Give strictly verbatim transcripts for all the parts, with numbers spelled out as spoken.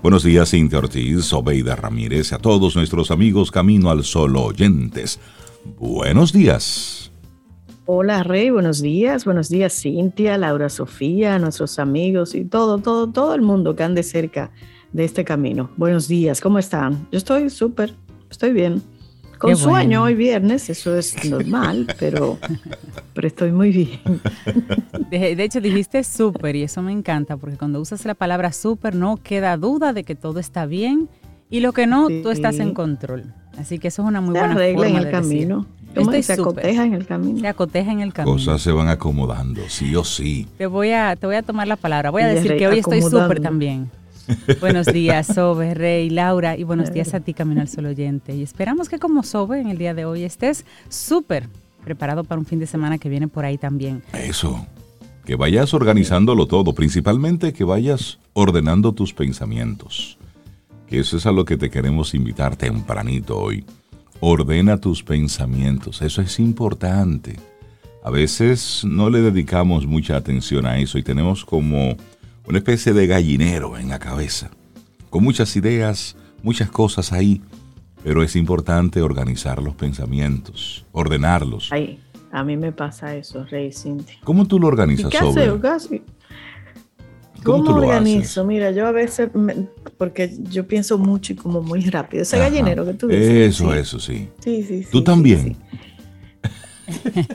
Buenos días, Cintia Ortiz, Obeida Ramírez, a todos nuestros amigos Camino al Sol oyentes. Buenos días. Hola, Rey, buenos días. Buenos días, Cintia, Laura Sofía, nuestros amigos y todo, todo, todo el mundo que ande cerca de este camino. Buenos días, ¿cómo están? Yo estoy súper, estoy bien. Con Qué sueño bueno. Hoy viernes, eso es normal, pero, pero estoy muy bien. De, de hecho, dijiste súper y eso me encanta, porque cuando usas la palabra súper no queda duda de que todo está bien y lo que no, sí. Tú estás en control. Así que eso es una muy se buena forma en el de camino. Estoy se acoteja en el camino. Se acoteja en el camino. Cosas se van acomodando, sí o sí. Te voy a, te voy a tomar la palabra. Voy a decir Rey, que hoy estoy súper también. Buenos días, Sobe, Rey, Laura, y buenos días a ti, Camino al Sol oyente. Y esperamos que como Sobe en el día de hoy estés súper preparado para un fin de semana que viene por ahí también. Eso, que vayas organizándolo todo, principalmente que vayas ordenando tus pensamientos. Que eso es a lo que te queremos invitar tempranito hoy. Ordena tus pensamientos, eso es importante. A veces no le dedicamos mucha atención a eso y tenemos como una especie de gallinero en la cabeza, con muchas ideas, muchas cosas ahí, pero es importante organizar los pensamientos, ordenarlos. Ay, a mí me pasa eso, Rey, Cintia. ¿Cómo tú lo organizas, Sobe? ¿Cómo, ¿Cómo organizo? Haces? Mira, yo a veces, me, porque yo pienso mucho y como muy rápido. Ese Ajá. gallinero que tú dices. Eso, sí. eso, sí. Sí, sí, sí. ¿Tú sí, también? Sí, sí.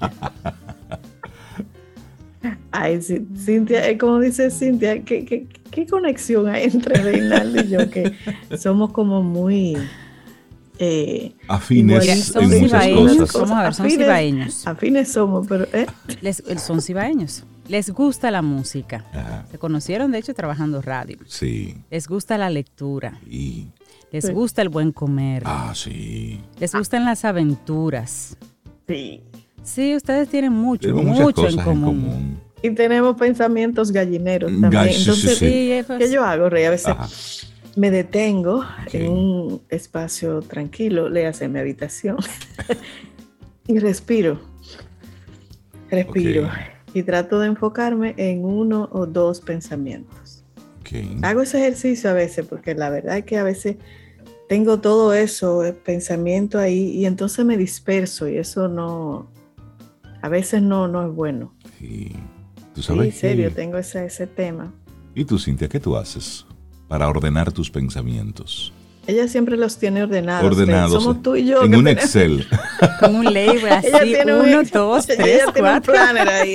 Ay, sí, Cintia, como dice Cintia, ¿qué, qué, qué conexión hay entre Reinaldo y yo? Que somos como muy... Eh, afines son en muchas cosas. Vamos a ver, son afines, cibaeños. Afines somos, pero... ¿eh? Les, son cibaeños. Les gusta la música. Ajá. Se conocieron, de hecho, trabajando radio. Sí. Les gusta la lectura. Sí. Les sí. gusta el buen comer. Ah, sí. Les gustan ah. las aventuras. Sí. Sí, ustedes tienen mucho, Tenemos mucho en común. en común. Y tenemos pensamientos gallineros también. Gall- Entonces, sí, sí, sí. ¿qué yo hago, Rey? A veces Ajá. me detengo okay. en un espacio tranquilo, le hace mi habitación y respiro. Respiro. Okay. Y trato de enfocarme en uno o dos pensamientos. Okay. Hago ese ejercicio a veces porque la verdad es que a veces tengo todo eso, el pensamiento ahí, y entonces me disperso y eso no, a veces no, no es bueno. Sí, ¿tú sabes? Sí, en serio, que... tengo ese, ese tema. ¿Y tú, Cintia, qué tú haces para ordenar tus pensamientos? Ella siempre los tiene ordenados. Ordenados. Somos tú y yo. En un tenemos... Excel. Con un label así, uno, un... dos, tres, ella cuatro. Tiene un planner ahí.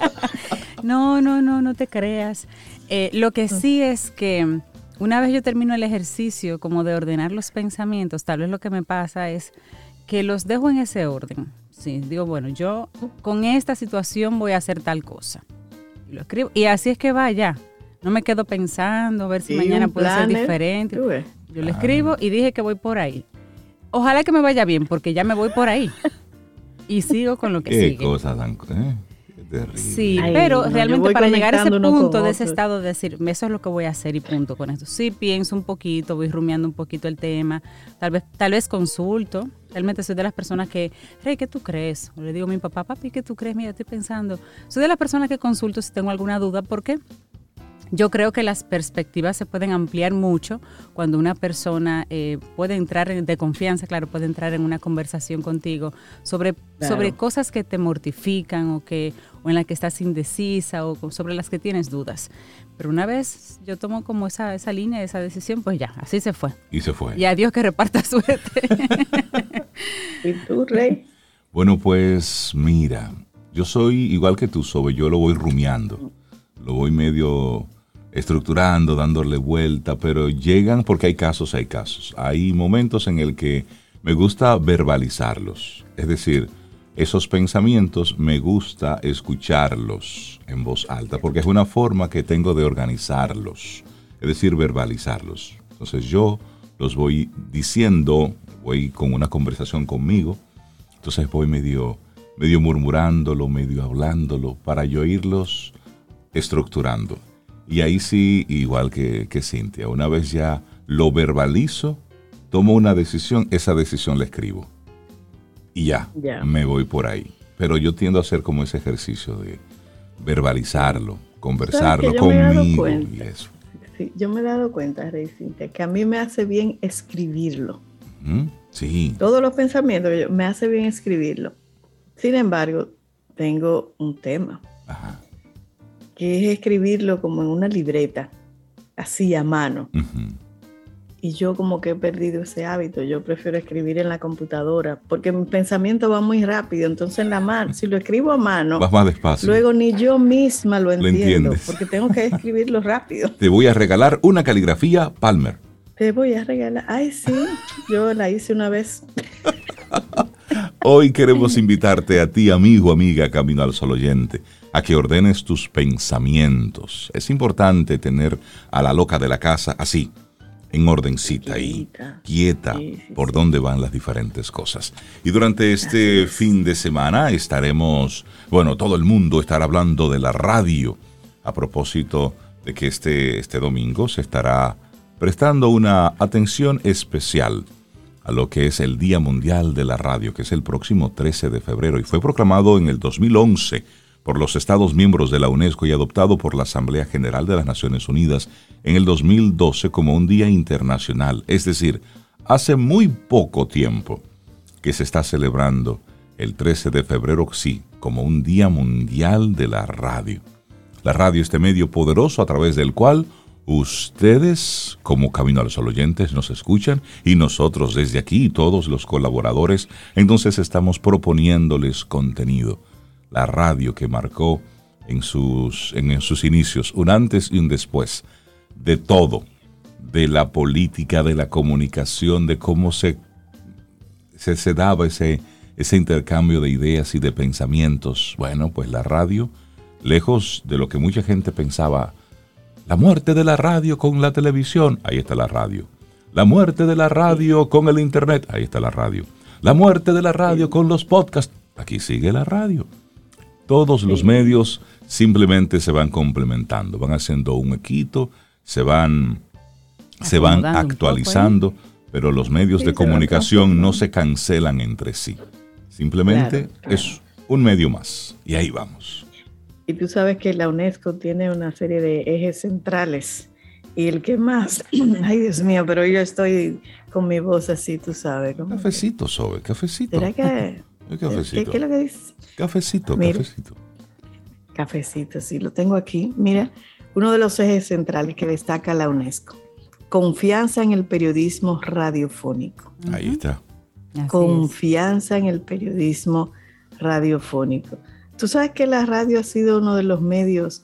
No, no, no, no te creas. Eh, lo que sí es que una vez yo termino el ejercicio como de ordenar los pensamientos, tal vez lo que me pasa es que los dejo en ese orden. Sí, digo, bueno, yo con esta situación voy a hacer tal cosa. Y lo escribo. Y así es que va ya. No me quedo pensando a ver si mañana puede ser diferente. Yo lo escribo y dije que voy por ahí. Ojalá que me vaya bien, porque ya me voy por ahí. Y sigo con lo que ¿Qué sigue. Qué cosa tan... ¿eh? Terrible. Sí, Ay, pero no, realmente para llegar a ese punto de ese otro. estado de decir, eso es lo que voy a hacer y punto con esto. Sí, pienso un poquito, voy rumiando un poquito el tema, tal vez tal vez consulto. Realmente soy de las personas que, Rey, ¿qué tú crees? O le digo a mi papá, papi, ¿qué tú crees? Mira, estoy pensando. Soy de las personas que consulto si tengo alguna duda, ¿por qué? Yo creo que las perspectivas se pueden ampliar mucho cuando una persona eh, puede entrar en, de confianza, claro, puede entrar en una conversación contigo sobre, claro. sobre cosas que te mortifican o, que, o en las que estás indecisa o sobre las que tienes dudas. Pero una vez yo tomo como esa, esa línea, esa decisión, pues ya, así se fue. Y se fue. Y a Dios que reparta suerte. ¿Y tú, Rey? Bueno, pues mira, yo soy igual que tú, Sobe, yo lo voy rumiando, lo voy medio... estructurando, dándole vuelta, pero llegan, porque hay casos, hay casos. Hay momentos en el que me gusta verbalizarlos. Es decir, esos pensamientos me gusta escucharlos en voz alta, porque es una forma que tengo de organizarlos, es decir, verbalizarlos. Entonces yo los voy diciendo, voy con una conversación conmigo, entonces voy medio, medio murmurándolo, medio hablándolo, para yo irlos estructurando. Y ahí sí, igual que, que Cintia, una vez ya lo verbalizo, tomo una decisión, esa decisión la escribo. Y ya, yeah. me voy por ahí. Pero yo tiendo a hacer como ese ejercicio de verbalizarlo, conversarlo conmigo y eso. Sí, yo me he dado cuenta, Rey Cintia, que a mí me hace bien escribirlo. ¿Mm? Sí. Todos los pensamientos yo, me hace bien escribirlo. Sin embargo, tengo un tema. Ajá. Que es escribirlo como en una libreta, así a mano. Uh-huh. Y yo como que he perdido ese hábito. Yo prefiero escribir en la computadora porque mi pensamiento va muy rápido. Entonces en la mano, si lo escribo a mano, vas más despacio. Luego ni yo misma lo entiendo, lo entiendes. Porque tengo que escribirlo rápido. Te voy a regalar una caligrafía Palmer. Te voy a regalar. Ay, sí, yo la hice una vez. Hoy queremos invitarte a ti, amigo, amiga, Camino al Sol oyente, a que ordenes tus pensamientos. Es importante tener a la loca de la casa así, en ordencita ahí, quieta, sí, sí, por sí. Dónde van las diferentes cosas. Y durante este fin de semana estaremos, bueno, todo el mundo estará hablando de la radio, a propósito de que este, este domingo se estará prestando una atención especial a lo que es el Día Mundial de la Radio, que es el próximo trece de febrero, y fue proclamado en el dos mil once por los Estados miembros de la UNESCO y adoptado por la Asamblea General de las Naciones Unidas en el dos mil doce como un día internacional. Es decir, hace muy poco tiempo que se está celebrando el trece de febrero, sí, como un Día Mundial de la Radio. La radio, este medio poderoso a través del cual ustedes, como Camino al Sol oyentes, nos escuchan, y nosotros desde aquí, todos los colaboradores, entonces estamos proponiéndoles contenido. La radio que marcó en sus, en, en sus inicios un antes y un después de todo, de la política, de la comunicación, de cómo se, se, se daba ese, ese intercambio de ideas y de pensamientos. Bueno, pues la radio, lejos de lo que mucha gente pensaba, la muerte de la radio con la televisión, ahí está la radio. La muerte de la radio con el internet, ahí está la radio. La muerte de la radio con los podcasts, aquí sigue la radio. Todos los medios simplemente se van complementando, van haciendo un equito, se van, se van actualizando, pero los medios de comunicación no se cancelan entre sí. Simplemente claro, claro. Es un medio más, y ahí vamos. Y tú sabes que la UNESCO tiene una serie de ejes centrales. Y el que más, ay Dios mío, pero yo estoy con mi voz así, tú sabes. ¿Cómo cafecito, Sobe, cafecito. ¿Será que? Cafecito. ¿Qué, ¿Qué es lo que dice? Cafecito, Mira, cafecito. Cafecito, sí, lo tengo aquí. Mira, uno de los ejes centrales que destaca la UNESCO. Confianza en el periodismo radiofónico. Ahí está. Así Confianza es. en el periodismo radiofónico. Tú sabes que la radio ha sido uno de los medios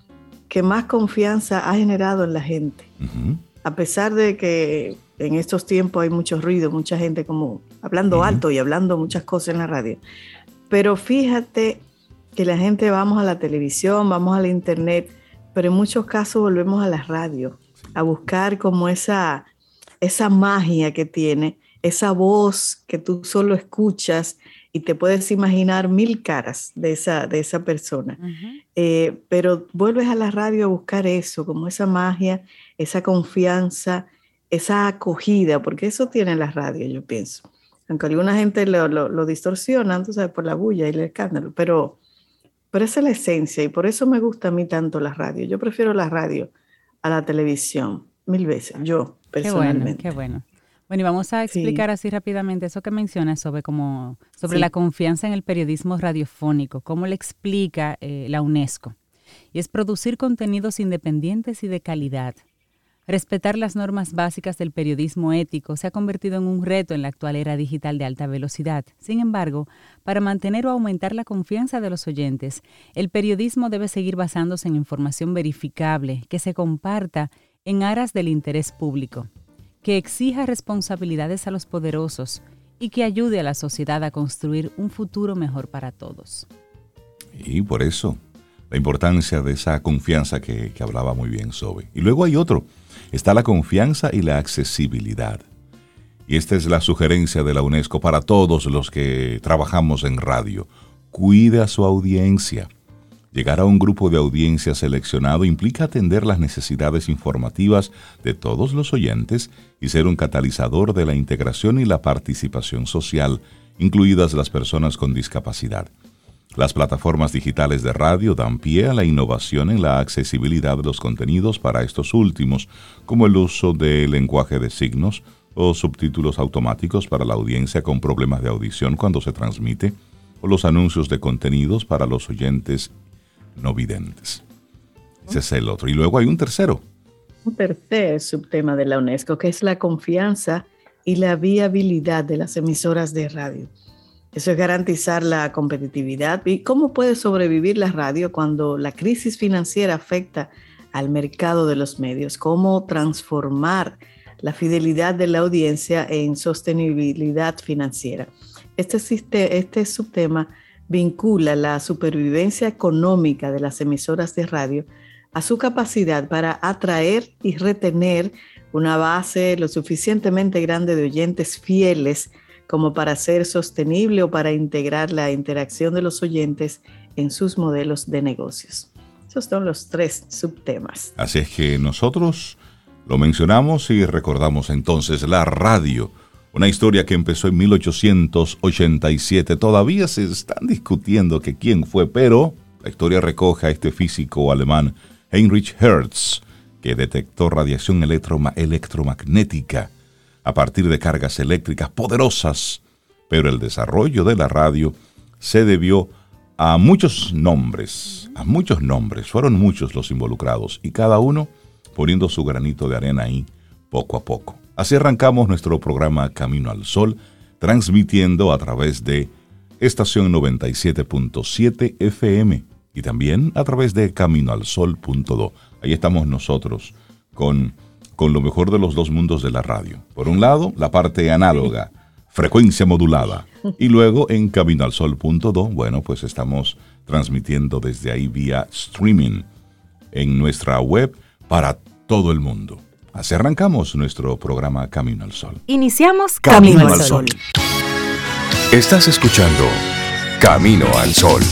que más confianza ha generado en la gente. Uh-huh. A pesar de que en estos tiempos hay mucho ruido, mucha gente como hablando uh-huh. alto y hablando muchas cosas en la radio. Pero fíjate que la gente vamos a la televisión, vamos a la internet, pero en muchos casos volvemos a la radio, a buscar como esa, esa magia que tiene, esa voz que tú solo escuchas y te puedes imaginar mil caras de esa, de esa persona. Uh-huh. Eh, pero vuelves a la radio a buscar eso, como esa magia, esa confianza, esa acogida, porque eso tiene la radio, yo pienso. Aunque alguna gente lo, lo, lo distorsiona, tú sabes, por la bulla y el escándalo, pero, pero esa es la esencia y por eso me gusta a mí tanto la radio. Yo prefiero la radio a la televisión, mil veces, yo personalmente. Qué bueno, qué bueno. Bueno, y vamos a explicar sí. así rápidamente eso que mencionas sobre, como, sobre sí. la confianza en el periodismo radiofónico, cómo le explica eh, la UNESCO. Y es producir contenidos independientes y de calidad. Respetar las normas básicas del periodismo ético se ha convertido en un reto en la actual era digital de alta velocidad. Sin embargo, para mantener o aumentar la confianza de los oyentes, el periodismo debe seguir basándose en información verificable que se comparta en aras del interés público, que exija responsabilidades a los poderosos y que ayude a la sociedad a construir un futuro mejor para todos. Y por eso, la importancia de esa confianza que, que hablaba muy bien Sobe. Y luego hay otro, está la confianza y la accesibilidad. Y esta es la sugerencia de la UNESCO para todos los que trabajamos en radio. Cuide a su audiencia. Llegar a un grupo de audiencia seleccionado implica atender las necesidades informativas de todos los oyentes y ser un catalizador de la integración y la participación social, incluidas las personas con discapacidad. Las plataformas digitales de radio dan pie a la innovación en la accesibilidad de los contenidos para estos últimos, como el uso de lenguaje de signos o subtítulos automáticos para la audiencia con problemas de audición cuando se transmite, o los anuncios de contenidos para los oyentes no videntes. Ese es el otro. Y luego hay un tercero. Un tercer subtema de la UNESCO, que es la confianza y la viabilidad de las emisoras de radio. Eso es garantizar la competitividad. ¿Y cómo puede sobrevivir la radio cuando la crisis financiera afecta al mercado de los medios? ¿Cómo transformar la fidelidad de la audiencia en sostenibilidad financiera? Este, este subtema vincula la supervivencia económica de las emisoras de radio a su capacidad para atraer y retener una base lo suficientemente grande de oyentes fieles como para ser sostenible o para integrar la interacción de los oyentes en sus modelos de negocios. Esos son los tres subtemas. Así es que nosotros lo mencionamos y recordamos entonces la radio. Una historia que empezó en mil ochocientos ochenta y siete. Todavía se están discutiendo que quién fue, pero la historia recoge a este físico alemán, Heinrich Hertz, que detectó radiación electroma- electromagnética a partir de cargas eléctricas poderosas. Pero el desarrollo de la radio se debió a muchos nombres, a muchos nombres. Fueron muchos los involucrados y cada uno poniendo su granito de arena ahí poco a poco. Así arrancamos nuestro programa Camino al Sol, transmitiendo a través de estación noventa y siete punto siete F M y también a través de camino al sol punto do. Ahí estamos nosotros con, con lo mejor de los dos mundos de la radio. Por un lado, la parte análoga, frecuencia modulada, y luego en camino al sol punto do, bueno, pues estamos transmitiendo desde ahí vía streaming en nuestra web para todo el mundo. Así arrancamos nuestro programa Camino al Sol. Iniciamos Camino, Camino al Sol. Sol. Estás escuchando Camino al Sol.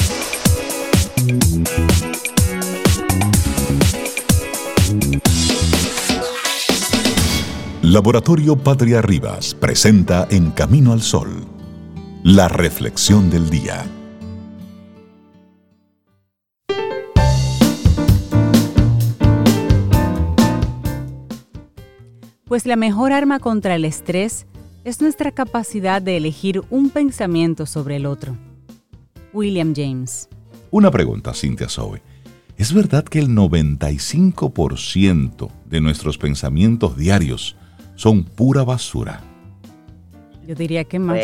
Laboratorio Patria Rivas presenta en Camino al Sol la reflexión del día. Pues la mejor arma contra el estrés es nuestra capacidad de elegir un pensamiento sobre el otro. William James. Una pregunta, Cynthia Zoe. ¿Es verdad que el noventa y cinco por ciento de nuestros pensamientos diarios son pura basura? Yo diría que más.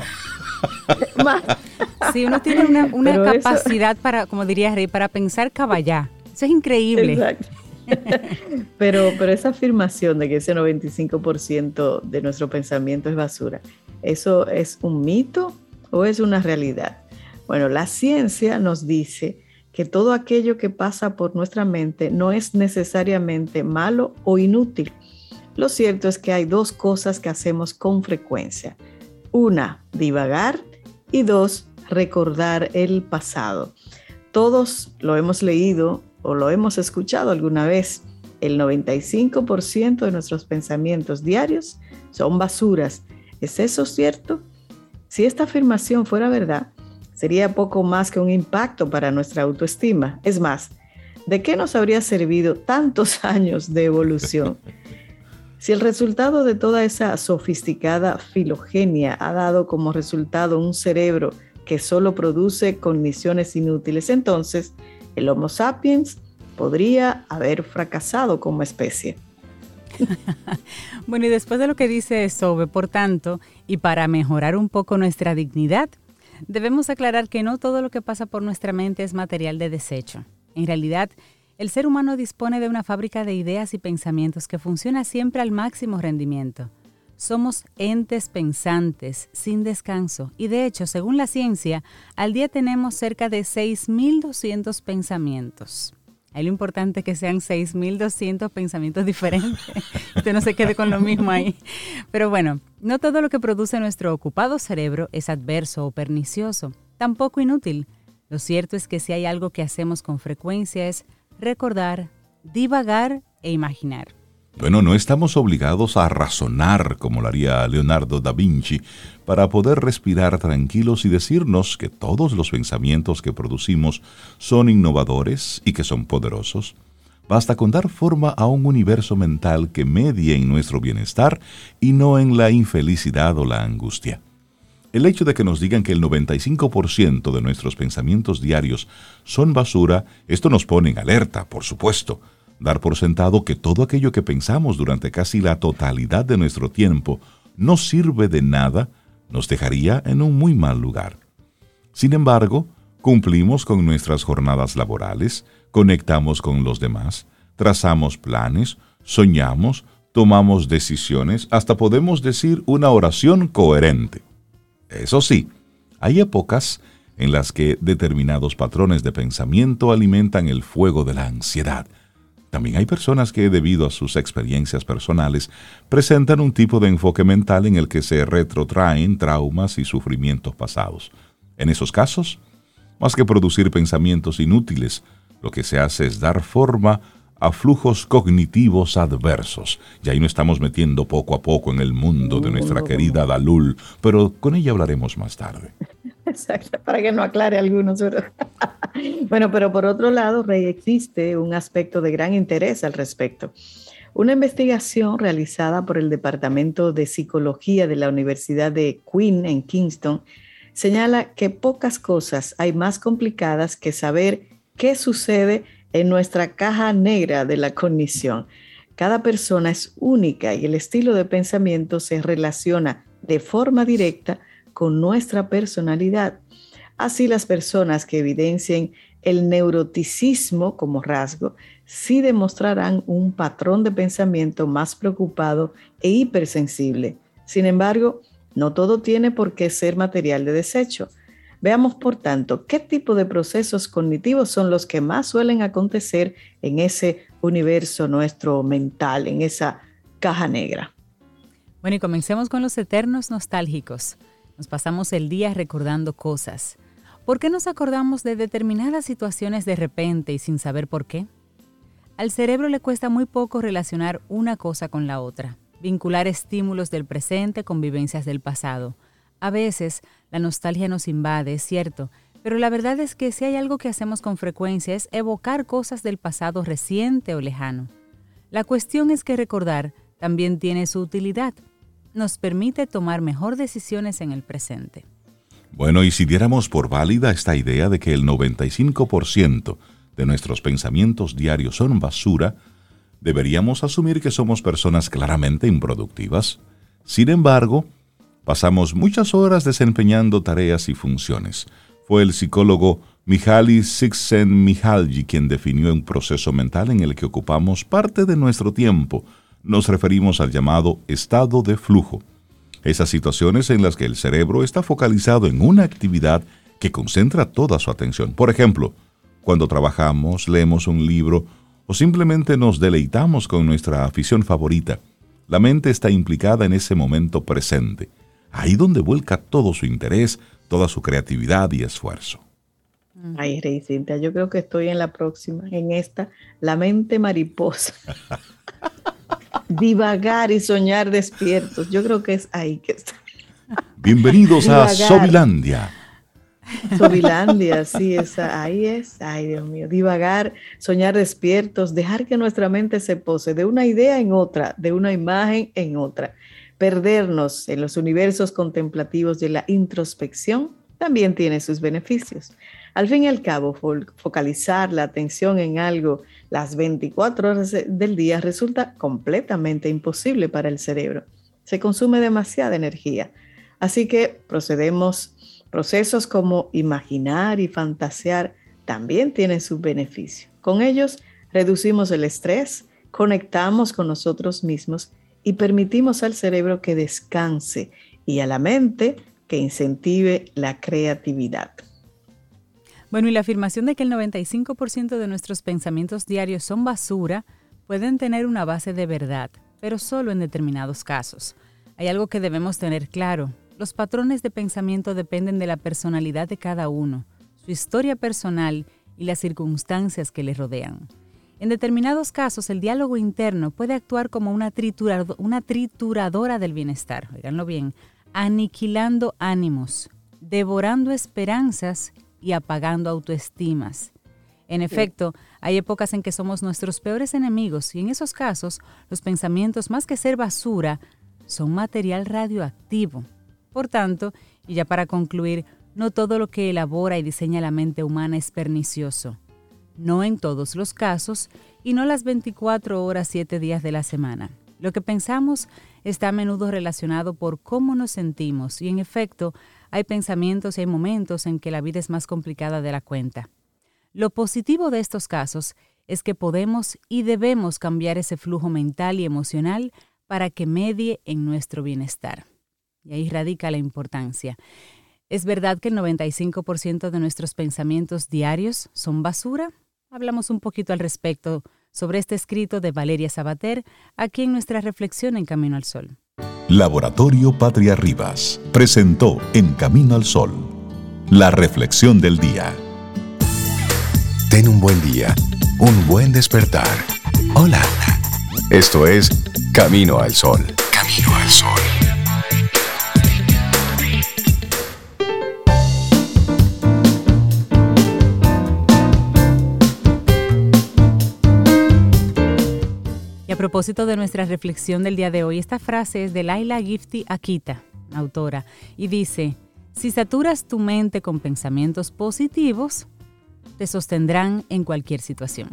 Más. Sí, uno tiene una, una capacidad eso... para, como diría Rey, para pensar caballá. Eso es increíble. Exacto. Pero, pero esa afirmación de que ese noventa y cinco por ciento de nuestro pensamiento es basura, ¿eso es un mito o es una realidad? Bueno, la ciencia nos dice que todo aquello que pasa por nuestra mente no es necesariamente malo o inútil. Lo cierto es que hay dos cosas que hacemos con frecuencia. Una, divagar, y dos, recordar el pasado. Todos lo hemos leído o lo hemos escuchado alguna vez. El noventa y cinco por ciento de nuestros pensamientos diarios son basuras. ¿Es eso cierto? Si esta afirmación fuera verdad, sería poco más que un impacto para nuestra autoestima. Es más, ¿de qué nos habría servido tantos años de evolución? Si el resultado de toda esa sofisticada filogenia ha dado como resultado un cerebro que solo produce cogniciones inútiles, entonces el Homo sapiens podría haber fracasado como especie. Bueno, y después de lo que dice Sobe, por tanto, y para mejorar un poco nuestra dignidad, debemos aclarar que no todo lo que pasa por nuestra mente es material de desecho. En realidad, el ser humano dispone de una fábrica de ideas y pensamientos que funciona siempre al máximo rendimiento. Somos entes pensantes, sin descanso, y de hecho, según la ciencia, al día tenemos cerca de seis mil doscientos pensamientos. Ahí lo importante es que sean seis mil doscientos pensamientos diferentes. Usted no se quede con lo mismo ahí. Pero bueno, no todo lo que produce nuestro ocupado cerebro es adverso o pernicioso, tampoco inútil. Lo cierto es que si hay algo que hacemos con frecuencia es recordar, divagar e imaginar. Bueno, no estamos obligados a razonar como lo haría Leonardo da Vinci para poder respirar tranquilos y decirnos que todos los pensamientos que producimos son innovadores y que son poderosos. Basta con dar forma a un universo mental que medie en nuestro bienestar y no en la infelicidad o la angustia. El hecho de que nos digan que el noventa y cinco por ciento de nuestros pensamientos diarios son basura, esto nos pone en alerta, por supuesto. Dar por sentado que todo aquello que pensamos durante casi la totalidad de nuestro tiempo no sirve de nada, nos dejaría en un muy mal lugar. Sin embargo, cumplimos con nuestras jornadas laborales, conectamos con los demás, trazamos planes, soñamos, tomamos decisiones, hasta podemos decir una oración coherente. Eso sí, hay épocas en las que determinados patrones de pensamiento alimentan el fuego de la ansiedad. También hay personas que, debido a sus experiencias personales, presentan un tipo de enfoque mental en el que se retrotraen traumas y sufrimientos pasados. En esos casos, más que producir pensamientos inútiles, lo que se hace es dar forma a flujos cognitivos adversos. Y ahí nos estamos metiendo poco a poco en el mundo de nuestra querida Dalul, pero con ella hablaremos más tarde. Exacto, para que no aclare algunos. Pero... bueno, pero por otro lado, Rey, existe un aspecto de gran interés al respecto. Una investigación realizada por el Departamento de Psicología de la Universidad de Queen en Kingston señala que pocas cosas hay más complicadas que saber qué sucede en nuestra caja negra de la cognición. Cada persona es única y el estilo de pensamiento se relaciona de forma directa con nuestra personalidad. Así, las personas que evidencien el neuroticismo como rasgo sí demostrarán un patrón de pensamiento más preocupado e hipersensible. Sin embargo, no todo tiene por qué ser material de desecho. Veamos, por tanto, qué tipo de procesos cognitivos son los que más suelen acontecer en ese universo nuestro mental, en esa caja negra. Bueno, y comencemos con los eternos nostálgicos. Nos pasamos el día recordando cosas. ¿Por qué nos acordamos de determinadas situaciones de repente y sin saber por qué? Al cerebro le cuesta muy poco relacionar una cosa con la otra, vincular estímulos del presente con vivencias del pasado. A veces, la nostalgia nos invade, es cierto, pero la verdad es que si hay algo que hacemos con frecuencia es evocar cosas del pasado reciente o lejano. La cuestión es que recordar también tiene su utilidad. Nos permite tomar mejor decisiones en el presente. Bueno, y si diéramos por válida esta idea de que el noventa y cinco por ciento de nuestros pensamientos diarios son basura, deberíamos asumir que somos personas claramente improductivas. Sin embargo, pasamos muchas horas desempeñando tareas y funciones. Fue el psicólogo Mihaly Csikszentmihalyi quien definió un proceso mental en el que ocupamos parte de nuestro tiempo. Nos referimos al llamado estado de flujo. Esas situaciones en las que el cerebro está focalizado en una actividad que concentra toda su atención. Por ejemplo, cuando trabajamos, leemos un libro o simplemente nos deleitamos con nuestra afición favorita, la mente está implicada en ese momento presente, ahí donde vuelca todo su interés, toda su creatividad y esfuerzo. Ay, Rey Cintia, yo creo que estoy en la próxima, en esta, la mente mariposa. Divagar y soñar despiertos. Yo creo que es ahí que está. Bienvenidos a Sobilandia. Sobilandia, sí, esa, ahí es. Ay, Dios mío. Divagar, soñar despiertos, dejar que nuestra mente se pose de una idea en otra, de una imagen en otra. Perdernos en los universos contemplativos de la introspección también tiene sus beneficios. Al fin y al cabo, focalizar la atención en algo las veinticuatro horas del día resulta completamente imposible para el cerebro. Se consume demasiada energía. Así que procedemos, procesos como imaginar y fantasear también tienen sus beneficios. Con ellos reducimos el estrés, conectamos con nosotros mismos y permitimos al cerebro que descanse y a la mente que incentive la creatividad. Bueno, y la afirmación de que el noventa y cinco por ciento de nuestros pensamientos diarios son basura pueden tener una base de verdad, pero solo en determinados casos. Hay algo que debemos tener claro. Los patrones de pensamiento dependen de la personalidad de cada uno, su historia personal y las circunstancias que le rodean. En determinados casos, el diálogo interno puede actuar como una, triturado, una trituradora del bienestar, oiganlo bien, aniquilando ánimos, devorando esperanzas y apagando autoestimas. En efecto, hay épocas en que somos nuestros peores enemigos y en esos casos, los pensamientos, más que ser basura, son material radioactivo. Por tanto, y ya para concluir, no todo lo que elabora y diseña la mente humana es pernicioso. No en todos los casos y no las veinticuatro horas, siete días de la semana. Lo que pensamos está a menudo relacionado por cómo nos sentimos y en efecto hay pensamientos y hay momentos en que la vida es más complicada de la cuenta. Lo positivo de estos casos es que podemos y debemos cambiar ese flujo mental y emocional para que medie en nuestro bienestar. Y ahí radica la importancia. ¿Es verdad que el noventa y cinco por ciento de nuestros pensamientos diarios son basura? Hablamos un poquito al respecto sobre este escrito de Valeria Sabater, aquí en nuestra reflexión en Camino al Sol. Laboratorio Patria Rivas presentó En Camino al Sol, la reflexión del día. Ten un buen día, un buen despertar. Hola. Esto es Camino al Sol. Camino al Sol. Y a propósito de nuestra reflexión del día de hoy, esta frase es de Laila Gifty Akita, autora, y dice: si saturas tu mente con pensamientos positivos, te sostendrán en cualquier situación.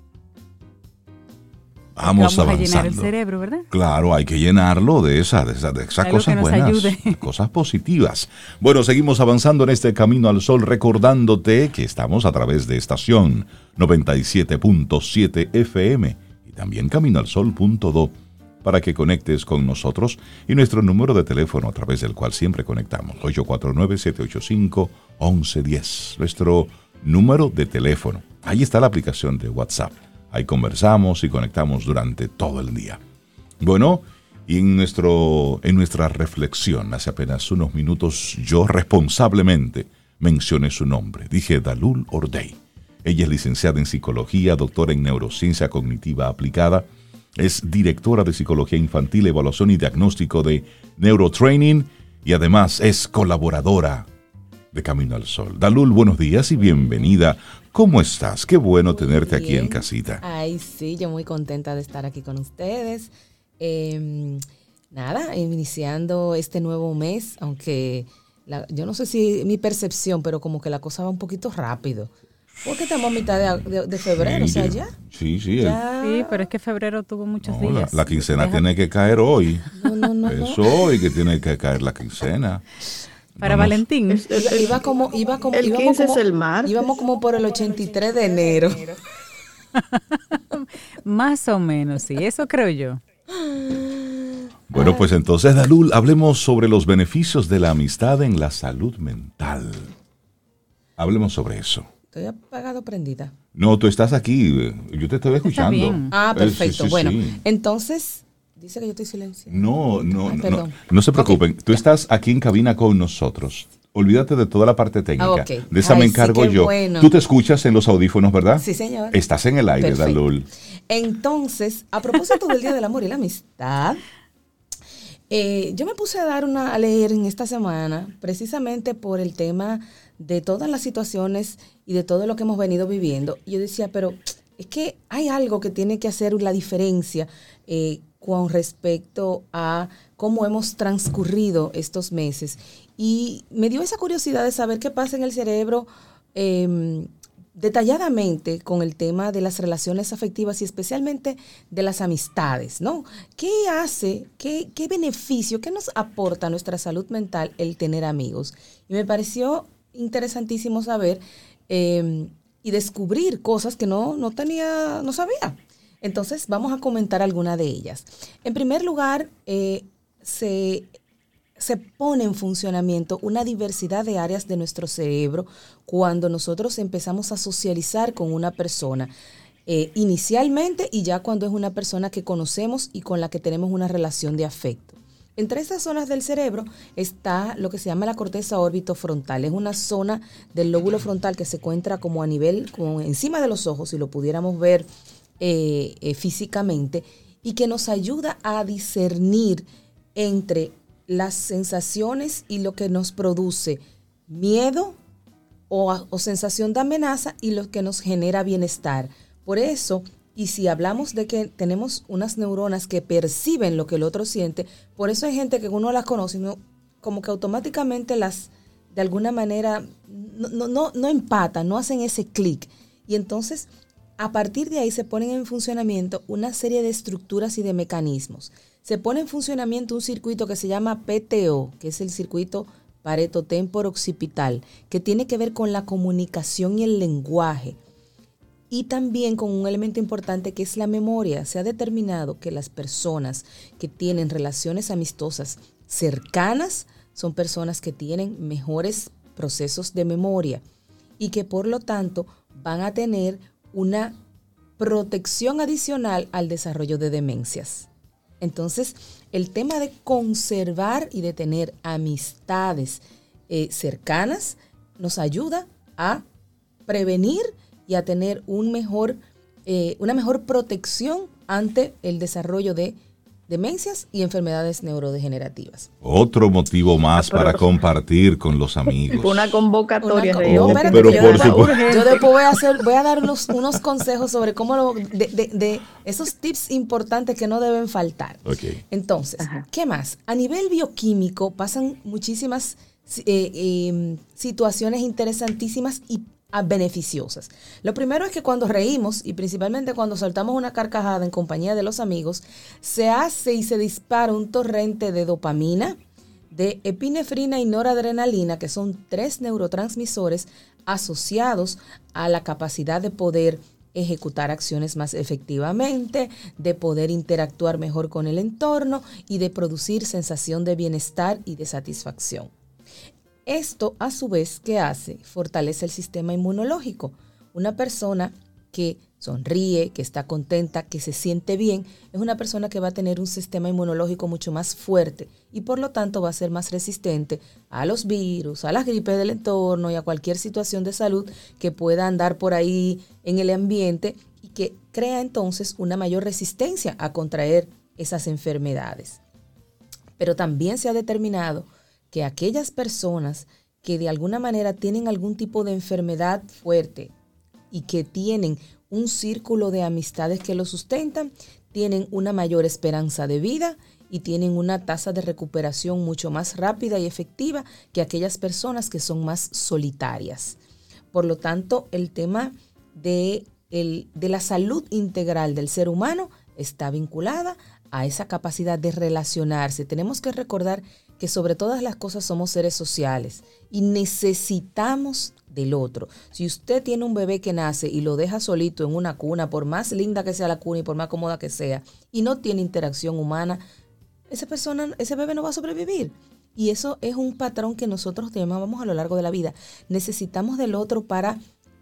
Vamos, Vamos avanzando. a llenar el cerebro, ¿verdad? Claro, hay que llenarlo de esas de esa, de esa cosas buenas, ayude. Cosas positivas. Bueno, seguimos avanzando en este Camino al Sol, recordándote que estamos a través de estación noventa y siete punto siete F M y también camino al sol punto do para que conectes con nosotros y nuestro número de teléfono a través del cual siempre conectamos, ocho cuatro nueve, siete ocho cinco, once diez. Nuestro número de teléfono. Ahí está la aplicación de WhatsApp. Ahí conversamos y conectamos durante todo el día. Bueno, y en, nuestro, en nuestra reflexión, hace apenas unos minutos, yo responsablemente mencioné su nombre. Dije Dalul Ordey. Ella es licenciada en psicología, doctora en neurociencia cognitiva aplicada, es directora de psicología infantil, evaluación y diagnóstico de neurotraining y además es colaboradora de Camino al Sol. Dalul, buenos días y bienvenida. ¿Cómo estás? Qué bueno muy tenerte bien. Aquí en casita. Ay, sí, yo muy contenta de estar aquí con ustedes. Eh, nada, iniciando este nuevo mes, aunque la, yo no sé si mi percepción, pero como que la cosa va un poquito rápido. Porque estamos a mitad de, de, de febrero, sí, o sea, ya. Sí, sí. Ya. Sí, pero es que febrero tuvo muchos no, días. La, la quincena Deja. tiene que caer hoy. No, no, no. Es hoy que tiene que caer la quincena. Para no, Valentín. Es, es, es, iba como, iba como, el íbamos quince como, es el martes. Íbamos como por el ochenta y tres de enero. Más o menos, sí, eso creo yo. Bueno, pues entonces, Dalul, hablemos sobre los beneficios de la amistad en la salud mental. Hablemos sobre eso. Estoy apagado, prendida. No, tú estás aquí, yo te estoy escuchando. Está bien. Ah, perfecto. Eh, sí, sí, bueno, sí. entonces, dice que yo estoy silenciada. No, no, Ay, no, perdón. no, no se preocupen. Okay. Tú estás aquí en cabina con nosotros. Olvídate de toda la parte técnica. Ah, okay. De esa Ay, me encargo sí, qué yo. bueno. Tú te escuchas en los audífonos, ¿verdad? Sí, señor. Estás en el aire, Perfecto. Dalul. Entonces, a propósito del Día del Amor y la Amistad, eh, yo me puse a dar una a leer en esta semana precisamente por el tema de todas las situaciones y de todo lo que hemos venido viviendo. Y yo decía, pero es que hay algo que tiene que hacer la diferencia eh, con respecto a cómo hemos transcurrido estos meses. Y me dio esa curiosidad de saber qué pasa en el cerebro eh, detalladamente con el tema de las relaciones afectivas y especialmente de las amistades, ¿no? ¿Qué hace, qué, qué beneficio, qué nos aporta a nuestra salud mental el tener amigos? Y me pareció interesantísimo saber eh, y descubrir cosas que no, no tenía, no sabía. Entonces vamos a comentar alguna de ellas. En primer lugar, eh, se, se pone en funcionamiento una diversidad de áreas de nuestro cerebro cuando nosotros empezamos a socializar con una persona, eh, inicialmente y ya cuando es una persona que conocemos y con la que tenemos una relación de afecto. Entre estas zonas del cerebro está lo que se llama la corteza orbitofrontal. Es una zona del lóbulo frontal que se encuentra como a nivel, como encima de los ojos, si lo pudiéramos ver eh, eh, físicamente y que nos ayuda a discernir entre las sensaciones y lo que nos produce miedo o, o sensación de amenaza y lo que nos genera bienestar. Por eso, y si hablamos de que tenemos unas neuronas que perciben lo que el otro siente, por eso hay gente que uno las conoce, ¿no? Como que automáticamente las, de alguna manera, no, no, no, no empatan, no hacen ese clic. Y entonces, a partir de ahí se ponen en funcionamiento una serie de estructuras y de mecanismos. Se pone en funcionamiento un circuito que se llama P T O, que es el circuito paretotemporo-occipital, que tiene que ver con la comunicación y el lenguaje. Y también con un elemento importante que es la memoria. Se ha determinado que las personas que tienen relaciones amistosas cercanas son personas que tienen mejores procesos de memoria y que por lo tanto van a tener una protección adicional al desarrollo de demencias. Entonces, el tema de conservar y de tener amistades eh, cercanas nos ayuda a prevenir y a tener un mejor, eh, una mejor protección ante el desarrollo de demencias y enfermedades neurodegenerativas. Otro motivo más para compartir con los amigos. Una convocatoria. Una, de no, oh, espérate, pero yo, por después, supuesto. yo después voy a hacer, voy a dar unos, unos consejos sobre cómo lo, de, de, de esos tips importantes que no deben faltar. Okay. Entonces, Ajá. ¿qué más? A nivel bioquímico pasan muchísimas eh, eh, situaciones interesantísimas y beneficiosas. Lo primero es que cuando reímos y principalmente cuando soltamos una carcajada en compañía de los amigos, se hace y se dispara un torrente de dopamina, de epinefrina y noradrenalina, que son tres neurotransmisores asociados a la capacidad de poder ejecutar acciones más efectivamente, de poder interactuar mejor con el entorno y de producir sensación de bienestar y de satisfacción. Esto, a su vez, ¿qué hace? Fortalece el sistema inmunológico. Una persona que sonríe, que está contenta, que se siente bien, es una persona que va a tener un sistema inmunológico mucho más fuerte y por lo tanto va a ser más resistente a los virus, a las gripes del entorno y a cualquier situación de salud que pueda andar por ahí en el ambiente y que crea entonces una mayor resistencia a contraer esas enfermedades. Pero también se ha determinado que aquellas personas que de alguna manera tienen algún tipo de enfermedad fuerte y que tienen un círculo de amistades que lo sustentan, tienen una mayor esperanza de vida y tienen una tasa de recuperación mucho más rápida y efectiva que aquellas personas que son más solitarias. Por lo tanto, el tema de, el, de la salud integral del ser humano está vinculada a esa capacidad de relacionarse. Tenemos que recordar que sobre todas las cosas somos seres sociales y necesitamos del otro. Si usted tiene un bebé que nace y lo deja solito en una cuna, por más linda que sea la cuna y por más cómoda que sea, y no tiene interacción humana, esa persona, ese bebé no va a sobrevivir. Y eso es un patrón que nosotros llevamos a lo largo de la vida. Necesitamos del otro para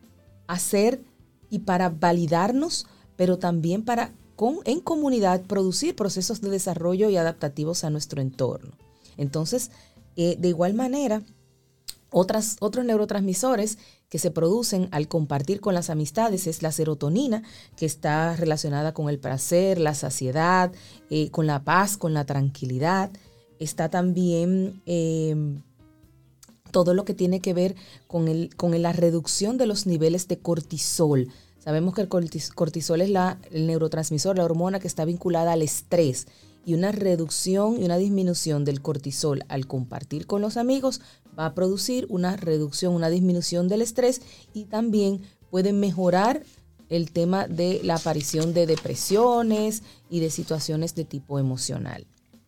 hacer y para validarnos, pero también para, con, en comunidad, producir procesos de desarrollo y adaptativos a nuestro entorno. Entonces, eh, de igual manera, otras, otros neurotransmisores que se producen al compartir con las amistades es la serotonina, que está relacionada con el placer, la saciedad, eh, con la paz, con la tranquilidad. Está también eh, todo lo que tiene que ver con, el, con la reducción de los niveles de cortisol. Sabemos que el cortisol es la, el neurotransmisor, la hormona que está vinculada al estrés. Y una reducción y una disminución del cortisol al compartir con los amigos va a producir una reducción, una disminución del estrés y también puede mejorar el tema de la aparición de depresiones y de situaciones de tipo emocional.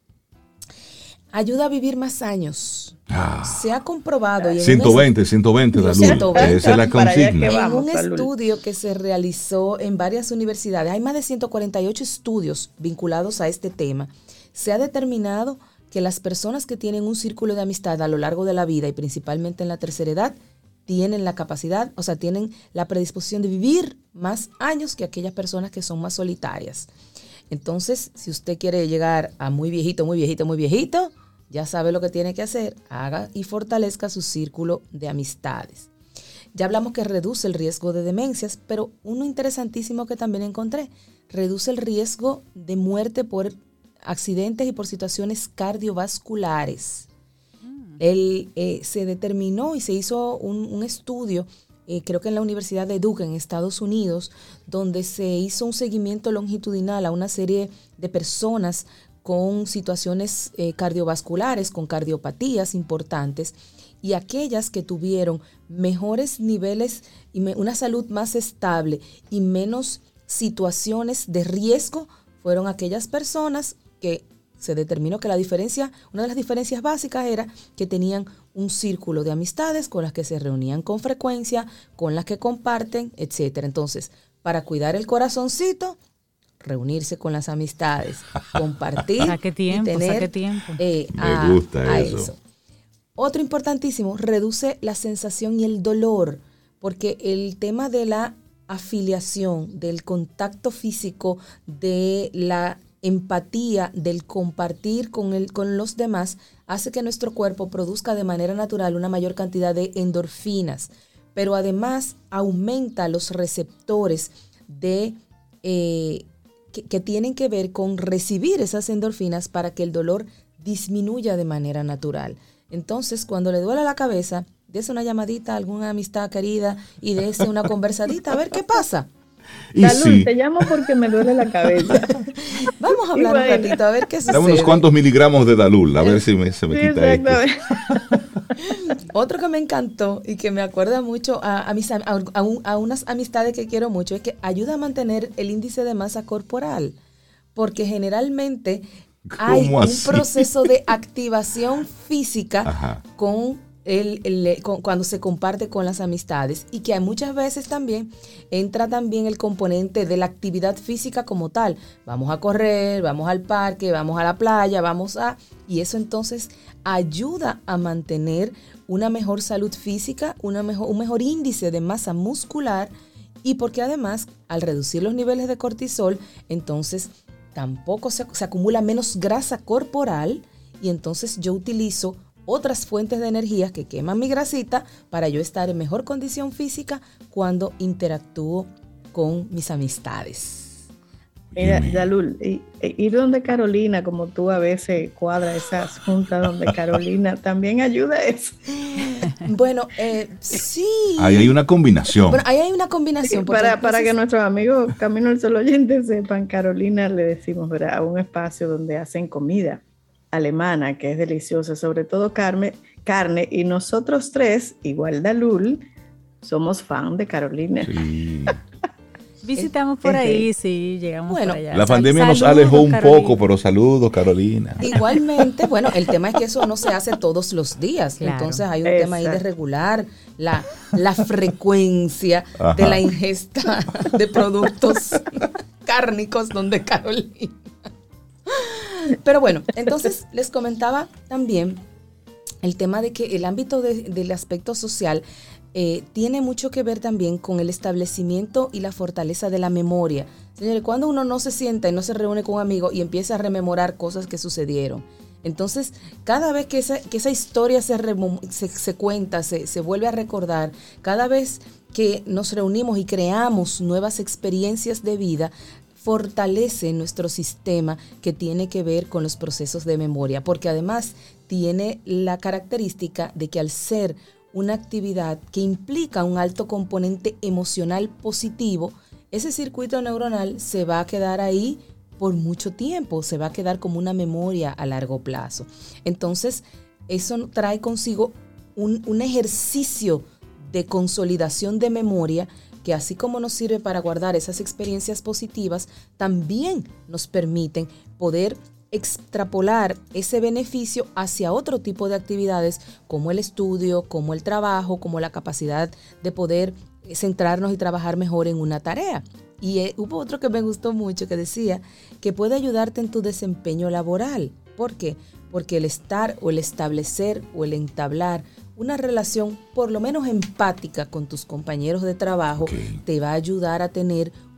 Ayuda a vivir más años. Ah, Se ha comprobado. Y en ciento veinte, un, ciento veinte, Dalú. ciento veinte, esa es la consigna. En un estudio que se realizó en varias universidades, hay más de ciento cuarenta y ocho estudios vinculados a este tema. Se ha determinado que las personas que tienen un círculo de amistad a lo largo de la vida y principalmente en la tercera edad, tienen la capacidad, o sea, tienen la predisposición de vivir más años que aquellas personas que son más solitarias. Entonces, si usted quiere llegar a muy viejito, muy viejito, muy viejito, ya sabe lo que tiene que hacer. Haga y fortalezca su círculo de amistades. Ya hablamos que reduce el riesgo de demencias, pero uno interesantísimo que también encontré, reduce el riesgo de muerte por accidentes y por situaciones cardiovasculares. Mm. Él, eh, se determinó y se hizo un, un estudio, eh, creo que en la Universidad de Duke en Estados Unidos, donde se hizo un seguimiento longitudinal a una serie de personas con situaciones eh, cardiovasculares, con cardiopatías importantes, y aquellas que tuvieron mejores niveles y me, una salud más estable y menos situaciones de riesgo fueron aquellas personas que se determinó que la diferencia, una de las diferencias básicas era que tenían un círculo de amistades con las que se reunían con frecuencia, con las que comparten, etcétera. Entonces, para cuidar el corazoncito, reunirse con las amistades, compartir ¿Saque tiempo, y tener saque tiempo. Eh, Me a, gusta a eso. eso. Otro importantísimo, reduce la sensación y el dolor, porque el tema de la afiliación, del contacto físico, de la empatía, del compartir con, el, con los demás, hace que nuestro cuerpo produzca de manera natural una mayor cantidad de endorfinas, pero además aumenta los receptores de, eh, que, que tienen que ver con recibir esas endorfinas para que el dolor disminuya de manera natural. Entonces, cuando le duele la cabeza, dése una llamadita a alguna amistad querida y dése una conversadita a ver qué pasa. Y Salud, sí, te llamo porque me duele la cabeza. Vamos a hablar Y bueno, un ratito a ver qué sucede. dame unos cuantos miligramos de Dalul, a ver si me, se me Sí, quita esto. exactamente. Otro que me encantó y que me acuerda mucho a, a, mis, a, a, un, a unas amistades que quiero mucho es que ayuda a mantener el índice de masa corporal, porque generalmente hay un así? proceso de activación física Ajá. con el, el, con, cuando se comparte con las amistades, y que hay muchas veces también entra también el componente de la actividad física como tal. Vamos a correr, vamos al parque, vamos a la playa, vamos a... Y eso entonces ayuda a mantener una mejor salud física, una mejor, un mejor índice de masa muscular, y porque además al reducir los niveles de cortisol, entonces tampoco se, se acumula menos grasa corporal, y entonces yo utilizo otras fuentes de energía que queman mi grasita para yo estar en mejor condición física cuando interactúo con mis amistades. Mira, Dalul, y- e- ir donde Carolina, como tú a veces cuadras esas juntas donde Carolina, también ayuda a eso. Bueno, eh, sí. Ahí hay una combinación. Bueno, ahí hay una combinación. porque Para, para que entonces- nuestros amigos Camino al Sol oyentes sepan, Carolina le decimos, ¿verdad?, a un espacio donde hacen comida alemana que es deliciosa, sobre todo carne, carne, y nosotros tres, igual Dalul, somos fan de Carolina. Sí. Visitamos por ahí, sí, llegamos Bueno, por allá. La Sal- pandemia nos saludos, alejó un Carolina. poco, pero saludos, Carolina. Igualmente, bueno, el tema es que eso no se hace todos los días, Claro. entonces hay un tema ahí de Exacto. regular la, la frecuencia Ajá. de la ingesta de productos cárnicos donde Carolina. Pero bueno, entonces les comentaba también el tema de que el ámbito de- del aspecto social eh, tiene mucho que ver también con el establecimiento y la fortaleza de la memoria. Señores, cuando uno no se sienta y no se reúne con un amigo y empieza a rememorar cosas que sucedieron, entonces cada vez que esa, que esa historia se, remo- se, se cuenta, se, se vuelve a recordar, cada vez que nos reunimos y creamos nuevas experiencias de vida, fortalece nuestro sistema que tiene que ver con los procesos de memoria, porque además tiene la característica de que al ser una actividad que implica un alto componente emocional positivo, ese circuito neuronal se va a quedar ahí por mucho tiempo, se va a quedar como una memoria a largo plazo. Entonces, eso trae consigo un, un ejercicio de consolidación de memoria que, así como nos sirve para guardar esas experiencias positivas, también nos permiten poder extrapolar ese beneficio hacia otro tipo de actividades como el estudio, como el trabajo, como la capacidad de poder centrarnos y trabajar mejor en una tarea. Y eh, hubo otro que me gustó mucho que decía que puede ayudarte en tu desempeño laboral. ¿Por qué? Porque el estar o el establecer o el entablar una relación por lo menos empática con tus compañeros de trabajo Ok. te va a ayudar a tener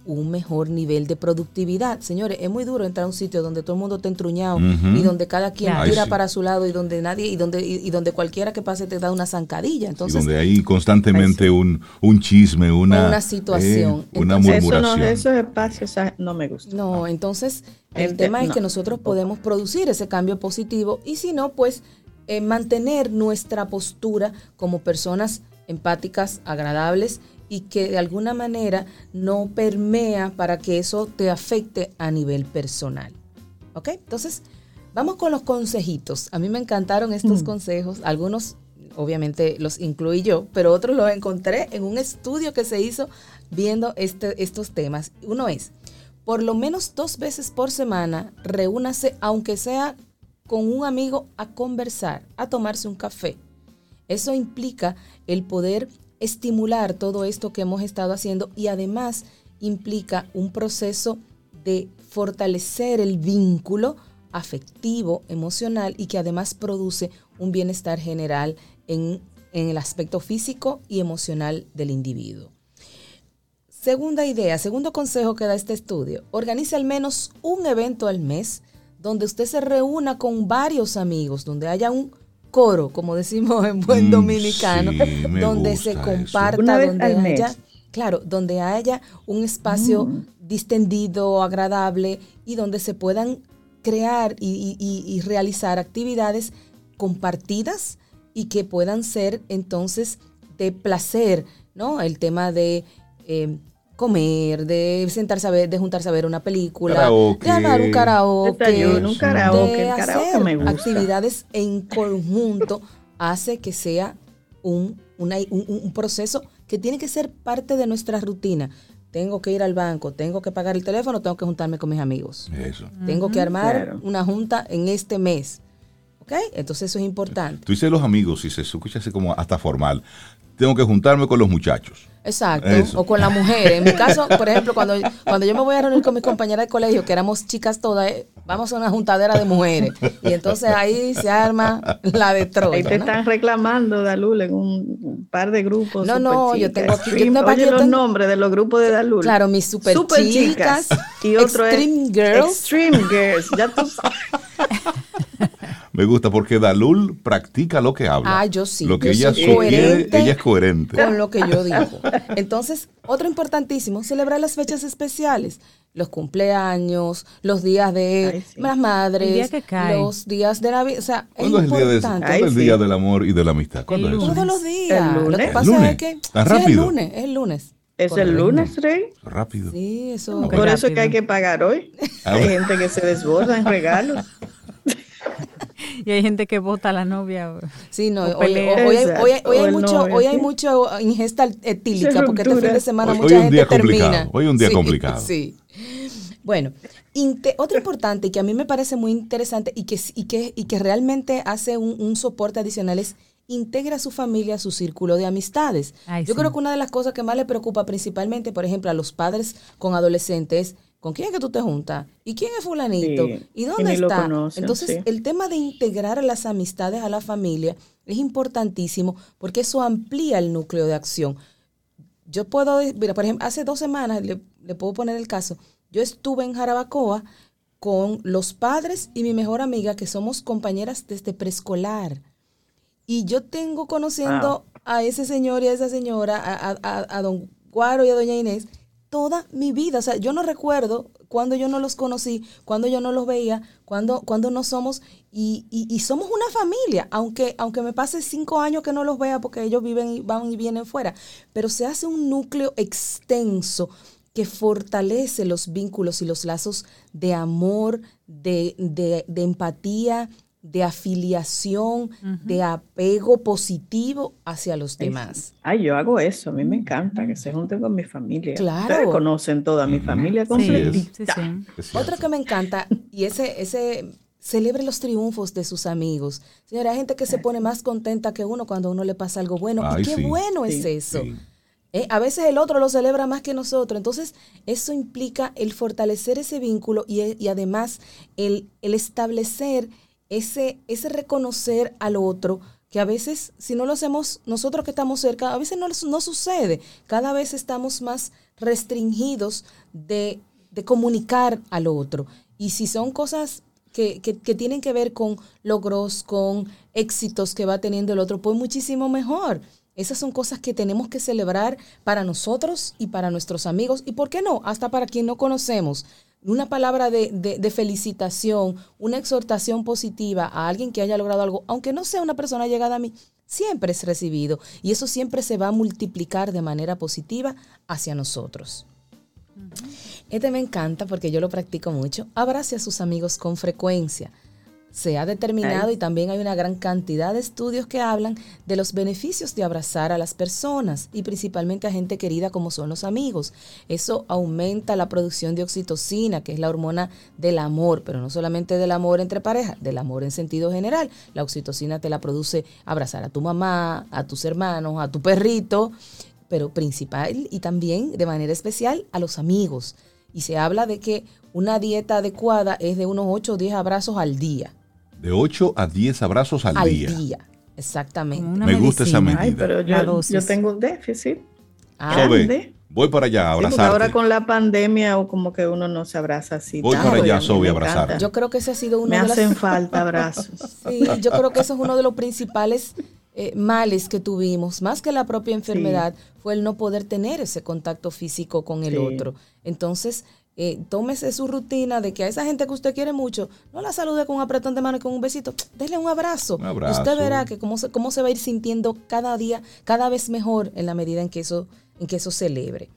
un mejor nivel de productividad. Señores, es muy duro entrar a un sitio donde todo el mundo está entruñado Ujú. y donde cada quien Ay, tira sí. para su lado y donde nadie y donde y, y donde cualquiera que pase te da una zancadilla. Y Entonces, donde hay constantemente un, un chisme, una, Una situación. eh, una Entonces, Eso no, murmuración. esos espacios ah, no me gustan. no, entonces el Ente- tema es no, que nosotros tampoco. podemos producir ese cambio positivo y si no, pues eh, mantener nuestra postura como personas empáticas, agradables y que de alguna manera no permea para que eso te afecte a nivel personal. ¿Ok? Entonces, vamos con los consejitos. A mí me encantaron estos Mm. consejos. Algunos, obviamente, los incluí yo, pero otros los encontré en un estudio que se hizo viendo este, estos temas. Uno es, por lo menos dos veces por semana, reúnase, aunque sea con un amigo, a conversar, a tomarse un café. Eso implica el poder estimular todo esto que hemos estado haciendo y además implica un proceso de fortalecer el vínculo afectivo, emocional y que además produce un bienestar general en, en el aspecto físico y emocional del individuo. Segunda idea, segundo consejo que da este estudio, organice al menos un evento al mes donde usted se reúna con varios amigos, donde haya un coro, como decimos en buen Mm, dominicano, sí, me donde gusta se eso. comparta, Una vez donde al mes. haya, claro, donde haya un espacio Mm. distendido, agradable y donde se puedan crear y, y- y realizar actividades compartidas y que puedan ser entonces de placer, ¿no? El tema de eh, comer, de sentarse a ver, de juntarse a ver una película, Karaoke. de dar un karaoke, Desayuno, un karaoke, de el karaoke hacer me gusta. actividades en conjunto hace que sea un, una- un, un proceso que tiene que ser parte de nuestra rutina. Tengo que ir al banco, tengo que pagar el teléfono, tengo que juntarme con mis amigos. Eso. Tengo que armar claro. una junta en este mes. ¿Ok? Entonces eso es importante. Tú dices los amigos y se escucha así como hasta formal. Tengo que juntarme con los muchachos. Exacto, Eso. o con la mujer. En mi caso, por ejemplo, cuando, cuando yo me voy a reunir con mis compañeras de colegio, que éramos chicas todas, eh, vamos a una juntadera de mujeres. Y entonces ahí se arma la de Troya. Ahí te ¿no? están reclamando, Dalul, en un par de grupos. No, no, super yo chicas, tengo aquí- yo Extreme. tengo- Oye, yo los tengo- nombres de los grupos de Dalul. Claro, mis super, Super chicas, Y otro Extreme es Girls. Extreme Girls. Ya tú sabes. Me gusta porque Dalul practica lo que habla. Ah, yo sí, Lo que yo ella soy sugiere, coherente ella es coherente. con lo que yo digo. Entonces, otro importantísimo, celebrar las fechas especiales, los cumpleaños, los días de Ay, sí. las El madres, día que cae. los días de Navidad, o sea, es ¿Cuándo es el día, de, importante. ¿cuándo es el Ay, día sí. del amor y de la amistad? ¿Cuándo El es eso? Todos los días. El lunes. Lo que ¿El pasa lunes? es que ¿Tan sí, es el rápido? lunes, es el lunes. Es el Correcto. lunes, Rey. Rápido. Sí, eso. ¿Cómo que Por eso es que rápido? hay que pagar hoy. Ah, Hay bueno. gente que se desborda en regalos. Y hay gente que vota a la novia. Sí, no, O hoy, pelea. hoy- hoy hay, Exacto, hoy hay- hoy hay o el mucho, novio, hoy hay sí. mucho ingesta etílica, Esa porque este fin ruptura. de semana Hoy- mucha hoy un día gente termina. complicado, hoy un día Sí, complicado. Sí. Bueno, inte- otro importante que a mí me parece muy interesante y que, y que, y que realmente hace un, un soporte adicional es integra a su familia a su círculo de amistades. Ay, Yo sí. creo que una de las cosas que más le preocupa principalmente, por ejemplo, a los padres con adolescentes, ¿con quién es que tú te juntas? ¿Y quién es fulanito? Sí, ¿Y y dónde ni lo está? conocen, Entonces, sí. el tema de integrar a las amistades a la familia es importantísimo porque eso amplía el núcleo de acción. Yo puedo, mira, por ejemplo, hace dos semanas, le, le puedo poner el caso, yo estuve en Jarabacoa con los padres y mi mejor amiga, que somos compañeras desde preescolar. Y yo tengo conociendo Wow. a ese señor y a esa señora, a, a- a- a don Guaro y a doña Inés, toda mi vida. O sea, yo no recuerdo cuando yo no los conocí, cuando yo no los veía, cuando, cuando no somos, y, y, y somos una familia, aunque, aunque me pase cinco años que no los vea porque ellos viven y van y vienen fuera, pero se hace un núcleo extenso que fortalece los vínculos y los lazos de amor, de, de, de empatía, de afiliación, de apego positivo hacia los demás. Ay, yo hago eso. A mí me encanta que se junten con mi familia. Claro. Ustedes conocen toda mi familia Sí, completita. sí, sí. Es cierto. Otro que me encanta, y ese, ese celebre los triunfos de sus amigos. Señora, hay gente que se pone más contenta que uno cuando a uno le pasa algo bueno. Ay, y qué sí. bueno es Sí, eso. Sí. ¿Eh? A veces el otro lo celebra más que nosotros. Entonces, eso implica el fortalecer ese vínculo y, y además el, el establecer ese, ese reconocer al otro que a veces, si no lo hacemos nosotros que estamos cerca, a veces no, no sucede. Cada vez estamos más restringidos de, de comunicar al otro. Y si son cosas que, que, que tienen que ver con logros, con éxitos que va teniendo el otro, pues muchísimo mejor. Esas son cosas que tenemos que celebrar para nosotros y para nuestros amigos. Y ¿por qué no? Hasta para quien no conocemos. Una palabra de, de, de felicitación, una exhortación positiva a alguien que haya logrado algo, aunque no sea una persona llegada a mí, siempre es recibido. Y eso siempre se va a multiplicar de manera positiva hacia nosotros. Uh-huh. Este me encanta porque yo lo practico mucho. Abrace a sus amigos con frecuencia. Se ha determinado, y también hay una gran cantidad de estudios que hablan de los beneficios de abrazar a las personas y principalmente a gente querida como son los amigos. Eso aumenta la producción de oxitocina, que es la hormona del amor, pero no solamente del amor entre parejas, del amor en sentido general. La oxitocina te la produce abrazar a tu mamá, a tus hermanos, a tu perrito, pero principal y también de manera especial a los amigos. Y se habla de que una dieta adecuada es de unos ocho o diez abrazos al día. De ocho a diez abrazos al, al día. Al día, exactamente. Me medicina. Gusta esa medida. Ay, pero yo, yo tengo un déficit. Ah, Sobe, voy para allá a abrazarte. Sí, ahora con la pandemia o como que uno no se abraza así. Voy para allá, Sobe, a abrazarte. Yo creo que ese ha sido uno me de los... Me hacen falta abrazos. Sí, yo creo que eso es uno de los principales eh, males que tuvimos, más que la propia enfermedad, sí. fue el no poder tener ese contacto físico con el sí. otro. Entonces... Eh, tómese su rutina de que a esa gente que usted quiere mucho, no la salude con un apretón de mano y con un besito, déle un abrazo. Un abrazo. Usted verá que cómo se, cómo se va a ir sintiendo cada día, cada vez mejor en la medida en que eso, en que eso celebre.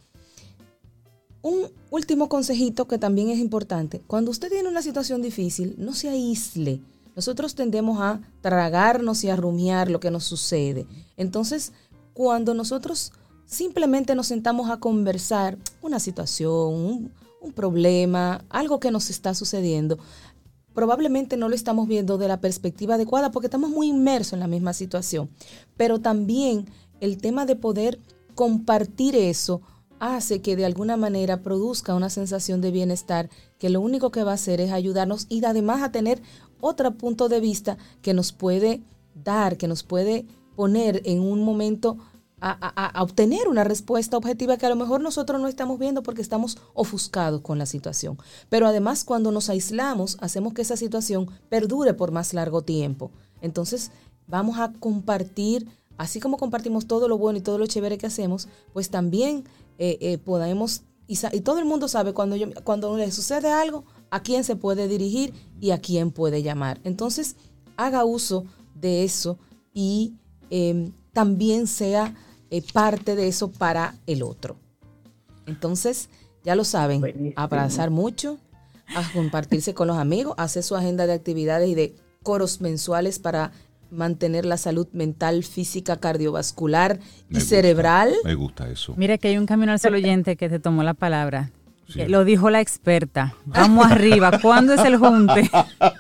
Un último consejito que también es importante, cuando usted tiene una situación difícil, no se aísle. Nosotros tendemos a tragarnos y a rumiar lo que nos sucede. Entonces, cuando nosotros simplemente nos sentamos a conversar una situación, un un problema, algo que nos está sucediendo, probablemente no lo estamos viendo de la perspectiva adecuada porque estamos muy inmersos en la misma situación. Pero también el tema de poder compartir eso hace que de alguna manera produzca una sensación de bienestar que lo único que va a hacer es ayudarnos y además a tener otro punto de vista que nos puede dar, que nos puede poner en un momento A, a, a obtener una respuesta objetiva que a lo mejor nosotros no estamos viendo porque estamos ofuscados con la situación. Pero además cuando nos aislamos, hacemos que esa situación perdure por más largo tiempo. Entonces vamos a compartir, así como compartimos todo lo bueno y todo lo chévere que hacemos, pues también eh, eh, podemos, y, y todo el mundo sabe cuando, yo, cuando le sucede algo, a quién se puede dirigir y a quién puede llamar. Entonces haga uso de eso y eh, también sea... Eh, parte de eso para el otro. Entonces, ya lo saben, buenísimo. Abrazar mucho, a compartirse con los amigos, hacer su agenda de actividades y de coros mensuales para mantener la salud mental, física, cardiovascular y me cerebral. Gusta, me gusta eso. Mira que hay un Camino al Sol oyente que te tomó la palabra. Sí. Lo dijo la experta. Vamos arriba. ¿Cuándo es el junte?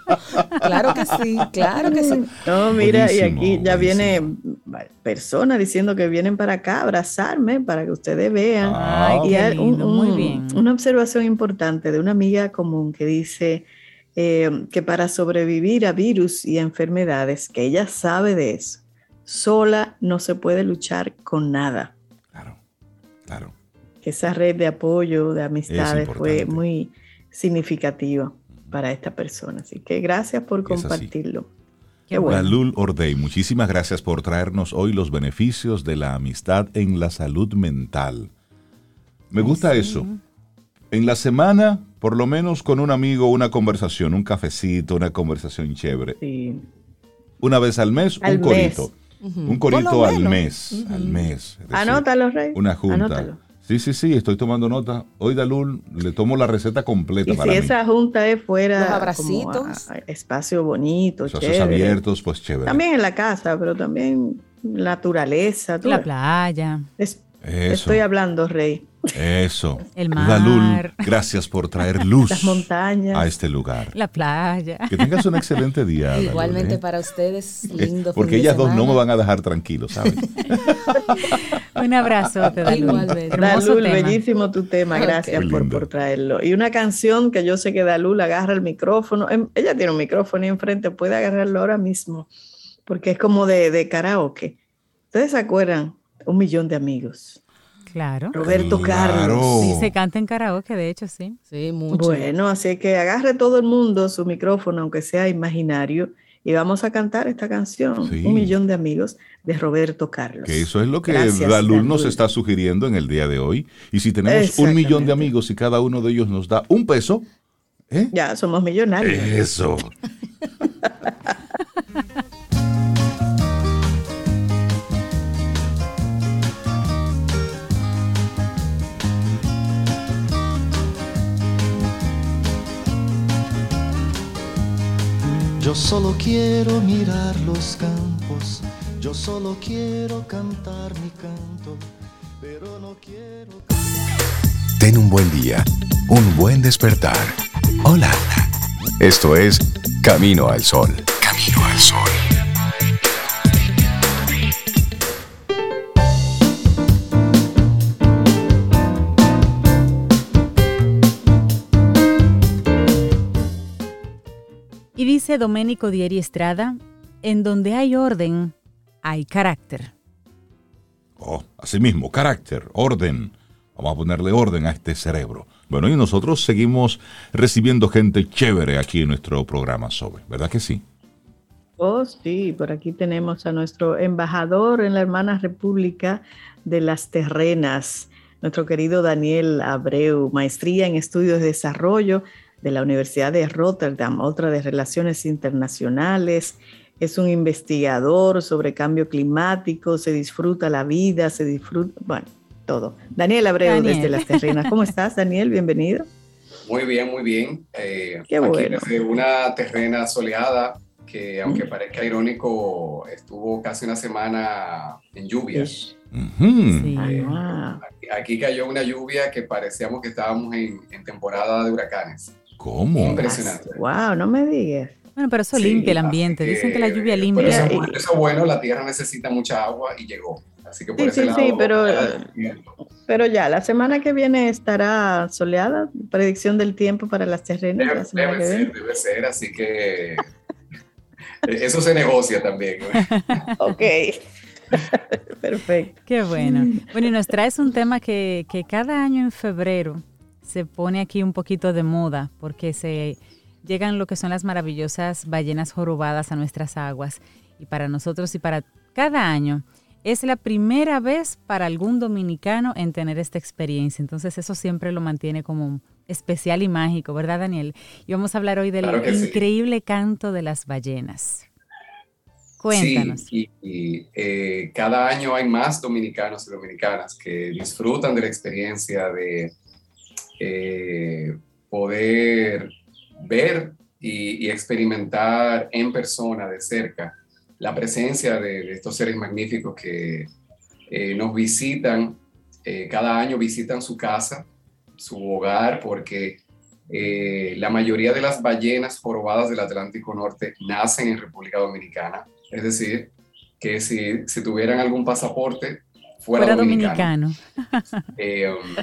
Claro que sí, claro que sí. No, mira, buenísimo, y aquí ya buenísimo. Viene personas diciendo que vienen para acá a abrazarme para que ustedes vean. Ay, y qué lindo, un, muy bien. Una observación importante de una amiga común que dice eh, que para sobrevivir a virus y enfermedades, que ella sabe de eso, sola no se puede luchar con nada. Claro, claro. Que esa red de apoyo, de amistades fue muy significativa para esta persona. Así que gracias por compartirlo. Qué bueno. Dalul Ordey, muchísimas gracias por traernos hoy los beneficios de la amistad en la salud mental. Me gusta sí. eso. En la semana, por lo menos con un amigo, una conversación, un cafecito, una conversación chévere. Sí. Una vez al mes, al un corito. Mes. Uh-huh. Un corito al mes. Uh-huh. Al mes. Decir, anótalo, Rey. Una junta. Anótalo. Sí, sí, sí, estoy tomando nota. Hoy, Dalul, le tomo la receta completa y para si mí. esa junta es fuera, los abracitos, a, a espacio bonito, espacios chévere. abiertos, pues chévere. También en la casa, pero también naturaleza. La ves? Playa. Es, estoy hablando, Rey. Eso. El mar. Dalul, gracias por traer luz las montañas, a este lugar. La playa. Que tengas un excelente día. Igualmente Dalul, ¿eh? para ustedes, lindo. Porque fin ellas de dos semana. no me van a dejar tranquilo, ¿sabes? Un abrazo, Dalul. Dalul, bellísimo tu tema, gracias okay. por, por traerlo. Y una canción que yo sé que Dalul agarra el micrófono, ella tiene un micrófono ahí enfrente, puede agarrarlo ahora mismo porque es como de, de karaoke. ¿Ustedes se acuerdan? Un millón de amigos. Claro. Roberto Claro. Carlos. Sí, se canta en karaoke, de hecho, sí. Sí, mucho. Bueno, así que agarre todo el mundo su micrófono, aunque sea imaginario, y vamos a cantar esta canción, Sí. Un millón de amigos, de Roberto Carlos. Que eso es lo que Gracias, Dalul nos Dalul. está sugiriendo en el día de hoy. Y si tenemos un millón de Exactamente. amigos y cada uno de ellos nos da un peso, ¿eh? Ya somos millonarios. Eso. Yo solo quiero mirar los campos, yo solo quiero cantar mi canto, pero no quiero... Ten un buen día, un buen despertar. Hola. Esto es Camino al Sol. Camino al Sol. Y dice Domenico Dieri Estrada, en donde hay orden, hay carácter. Oh, así mismo, carácter, orden. Vamos a ponerle orden a este cerebro. Bueno, y nosotros seguimos recibiendo gente chévere aquí en nuestro programa Sobe, ¿verdad que sí? Oh, sí, por aquí tenemos a nuestro embajador en la hermana República de las Terrenas, nuestro querido Daniel Abreu, maestría en estudios de desarrollo de la Universidad de Rotterdam, otra de Relaciones Internacionales. Es un investigador sobre cambio climático, se disfruta la vida, se disfruta, bueno, todo. Daniel Abreu Daniel. desde Las Terrenas. ¿Cómo estás, Daniel? Bienvenido. Muy bien, muy bien. Eh, Qué aquí bueno. desde una terrena soleada que, aunque parezca irónico, estuvo casi una semana en lluvia. Ish. Ujú. Sí. Ah, Aquí, aquí cayó una lluvia que parecíamos que estábamos en, en temporada de huracanes. ¿Cómo? Impresionante. wow, no me digas. Bueno, pero eso Sí, limpia el así ambiente. Dicen que la lluvia Por limpia. eso, y- por eso, bueno, la tierra necesita mucha agua y llegó. Así que por Sí, ese sí, lado... sí, pero- Bien. Pero ya, la semana que viene estará soleada. Predicción del tiempo para Las Terrenas. Debe, La semana debe que ser, viene. debe ser, así que... Eso se negocia también, ¿no? Ok. Perfecto. Qué bueno. Bueno, y nos traes un tema que, que cada año en febrero se pone aquí un poquito de moda porque se llegan lo que son las maravillosas ballenas jorobadas a nuestras aguas. Y para nosotros y para cada año es la primera vez para algún dominicano en tener esta experiencia. Entonces eso siempre lo mantiene como especial y mágico, ¿verdad, Daniel? Y vamos a hablar hoy del Claro que sí. increíble canto de las ballenas. Cuéntanos. Sí, y, y, eh, cada año hay más dominicanos y dominicanas que disfrutan de la experiencia de eh, poder ver y, y experimentar en persona, de cerca, la presencia de, de estos seres magníficos que eh, nos visitan, eh, cada año visitan su casa, su hogar, porque eh, la mayoría de las ballenas jorobadas del Atlántico Norte nacen en República Dominicana. Es decir, que si, si tuvieran algún pasaporte, fuera, Fuera dominicano. dominicano. Eh, um,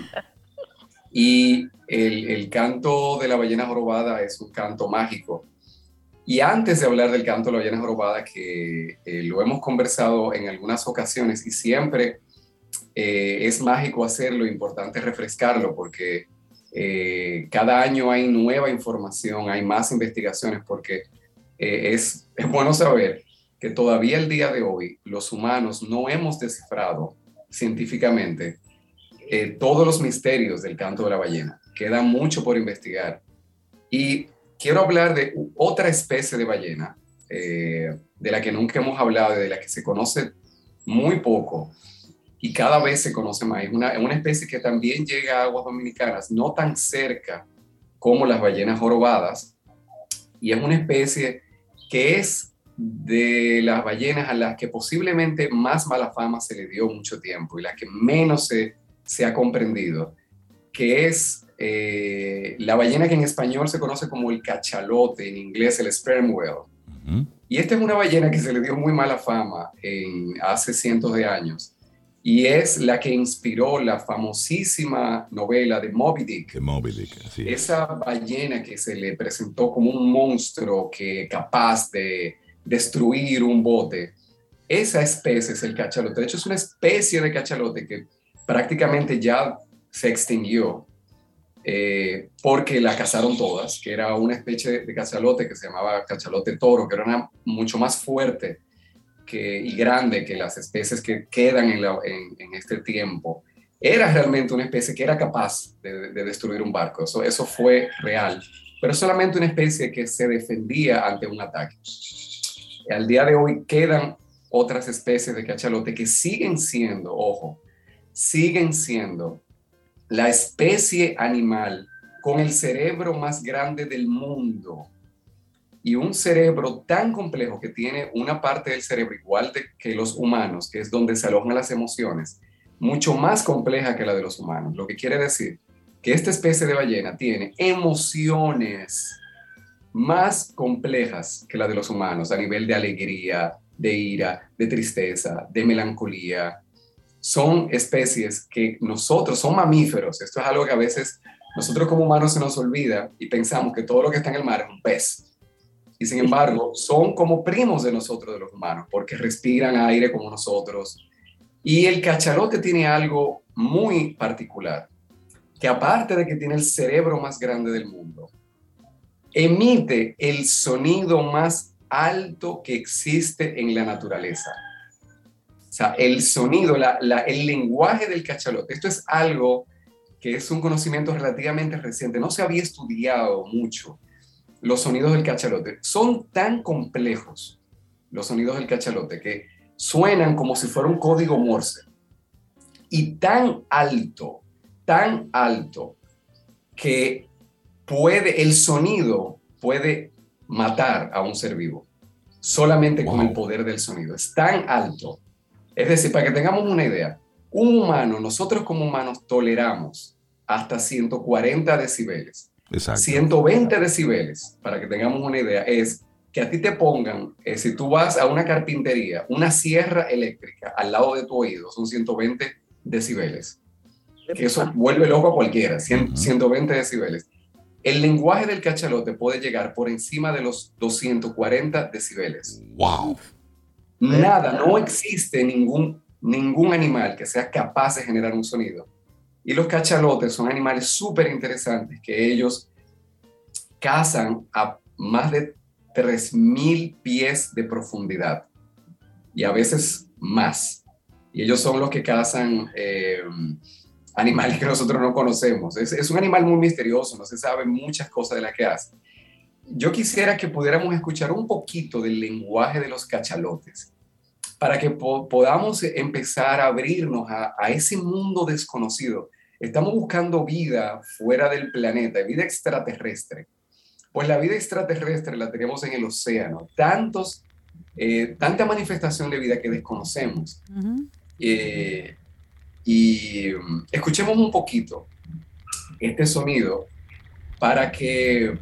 y el, el canto de la ballena jorobada es un canto mágico. Y antes de hablar del canto de la ballena jorobada, que eh, lo hemos conversado en algunas ocasiones y siempre eh, es mágico hacerlo, importante refrescarlo, porque eh, cada año hay nueva información, hay más investigaciones, porque eh, es, es bueno saber que todavía el día de hoy los humanos no hemos descifrado científicamente eh, todos los misterios del canto de la ballena. Queda mucho por investigar. Y quiero hablar de otra especie de ballena, eh, de la que nunca hemos hablado, de la que se conoce muy poco y cada vez se conoce más. Es una, una especie que también llega a aguas dominicanas, no tan cerca como las ballenas jorobadas, y es una especie que es de las ballenas a las que posiblemente más mala fama se le dio mucho tiempo y las que menos se, se ha comprendido, que es eh, la ballena que en español se conoce como el cachalote, en inglés el sperm whale. Ujú. Y esta es una ballena que se le dio muy mala fama en, hace cientos de años, y es la que inspiró la famosísima novela de Moby Dick. De Moby Dick, así es. Esa ballena que se le presentó como un monstruo que capaz de destruir un bote, esa especie es el cachalote. De hecho, es una especie de cachalote que prácticamente ya se extinguió eh, porque la cazaron todas, que era una especie de, de cachalote que se llamaba cachalote toro, que era una, mucho más fuerte que, y grande que las especies que quedan en, la, en, en este tiempo. Era realmente una especie que era capaz de, de destruir un barco. Eso, eso fue real, pero solamente una especie que se defendía ante un ataque. Al día de hoy quedan otras especies de cachalote que siguen siendo, ojo, siguen siendo la especie animal con el cerebro más grande del mundo. Y un cerebro tan complejo que tiene una parte del cerebro igual de, que los humanos, que es donde se alojan las emociones, mucho más compleja que la de los humanos. Lo que quiere decir que esta especie de ballena tiene emociones más complejas que la de los humanos a nivel de alegría, de ira, de tristeza, de melancolía. Son especies que nosotros, son mamíferos. Esto es algo que a veces nosotros como humanos se nos olvida y pensamos que todo lo que está en el mar es un pez. Y sin embargo, son como primos de nosotros, de los humanos, porque respiran aire como nosotros. Y el cachalote tiene algo muy particular, que aparte de que tiene el cerebro más grande del mundo, emite el sonido más alto que existe en la naturaleza. O sea, el sonido, la, la, el lenguaje del cachalote, esto es algo que es un conocimiento relativamente reciente, no se había estudiado mucho. Los sonidos del cachalote son tan complejos, los sonidos del cachalote, que suenan como si fuera un código Morse, y tan alto, tan alto, que puede, el sonido puede matar a un ser vivo, solamente wow. con el poder del sonido. Es tan alto. Es decir, para que tengamos una idea, un humano, nosotros como humanos toleramos hasta ciento cuarenta decibeles. Exacto. ciento veinte decibeles, para que tengamos una idea, es que a ti te pongan, eh, si tú vas a una carpintería, una sierra eléctrica al lado de tu oído, son ciento veinte decibeles. Que eso vuelve loco a cualquiera, cien, uh-huh. ciento veinte decibeles. El lenguaje del cachalote puede llegar por encima de los doscientos cuarenta decibeles. ¡Wow! Nada, no existe ningún, ningún animal que sea capaz de generar un sonido. Y los cachalotes son animales súper interesantes que ellos cazan a más de tres mil pies de profundidad y a veces más. Y ellos son los que cazan eh, animales que nosotros no conocemos. Es, es un animal muy misterioso, no se sabe muchas cosas de las que hace. Yo quisiera que pudiéramos escuchar un poquito del lenguaje de los cachalotes para que po- podamos empezar a abrirnos a, a ese mundo desconocido. Estamos buscando vida fuera del planeta, vida extraterrestre. Pues la vida extraterrestre la tenemos en el océano. Tantos, eh, tanta manifestación de vida que desconocemos. Uh-huh. Eh, y um, escuchemos un poquito este sonido para que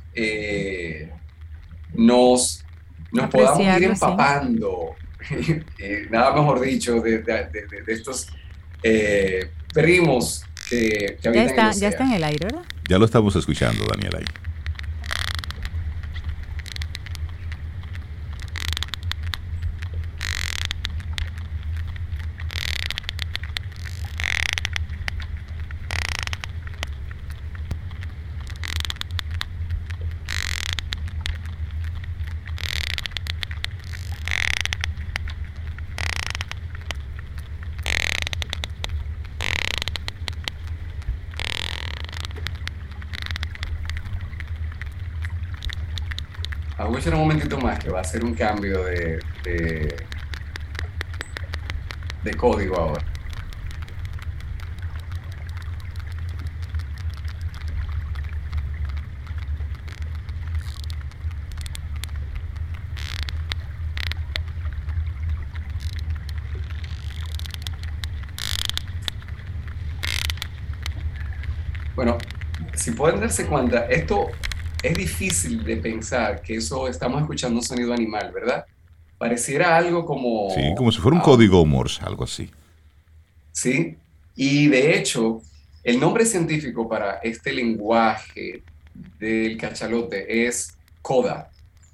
eh, nos, nos podamos ir empapando, sí. eh, nada mejor dicho, de, de, de, de estos eh, primos que, que habitan ya está, en el océano. Ya está en el aire, ¿verdad? Ya lo estamos escuchando, Daniel, ahí. Voy a echar un momentito más que va a ser un cambio de, de, de código ahora. Bueno, si pueden darse cuenta, esto es difícil de pensar que eso estamos escuchando un sonido animal, ¿verdad? Pareciera algo como... Sí, como si fuera un ah, código Morse, algo así. Sí, y de hecho, el nombre científico para este lenguaje del cachalote es coda.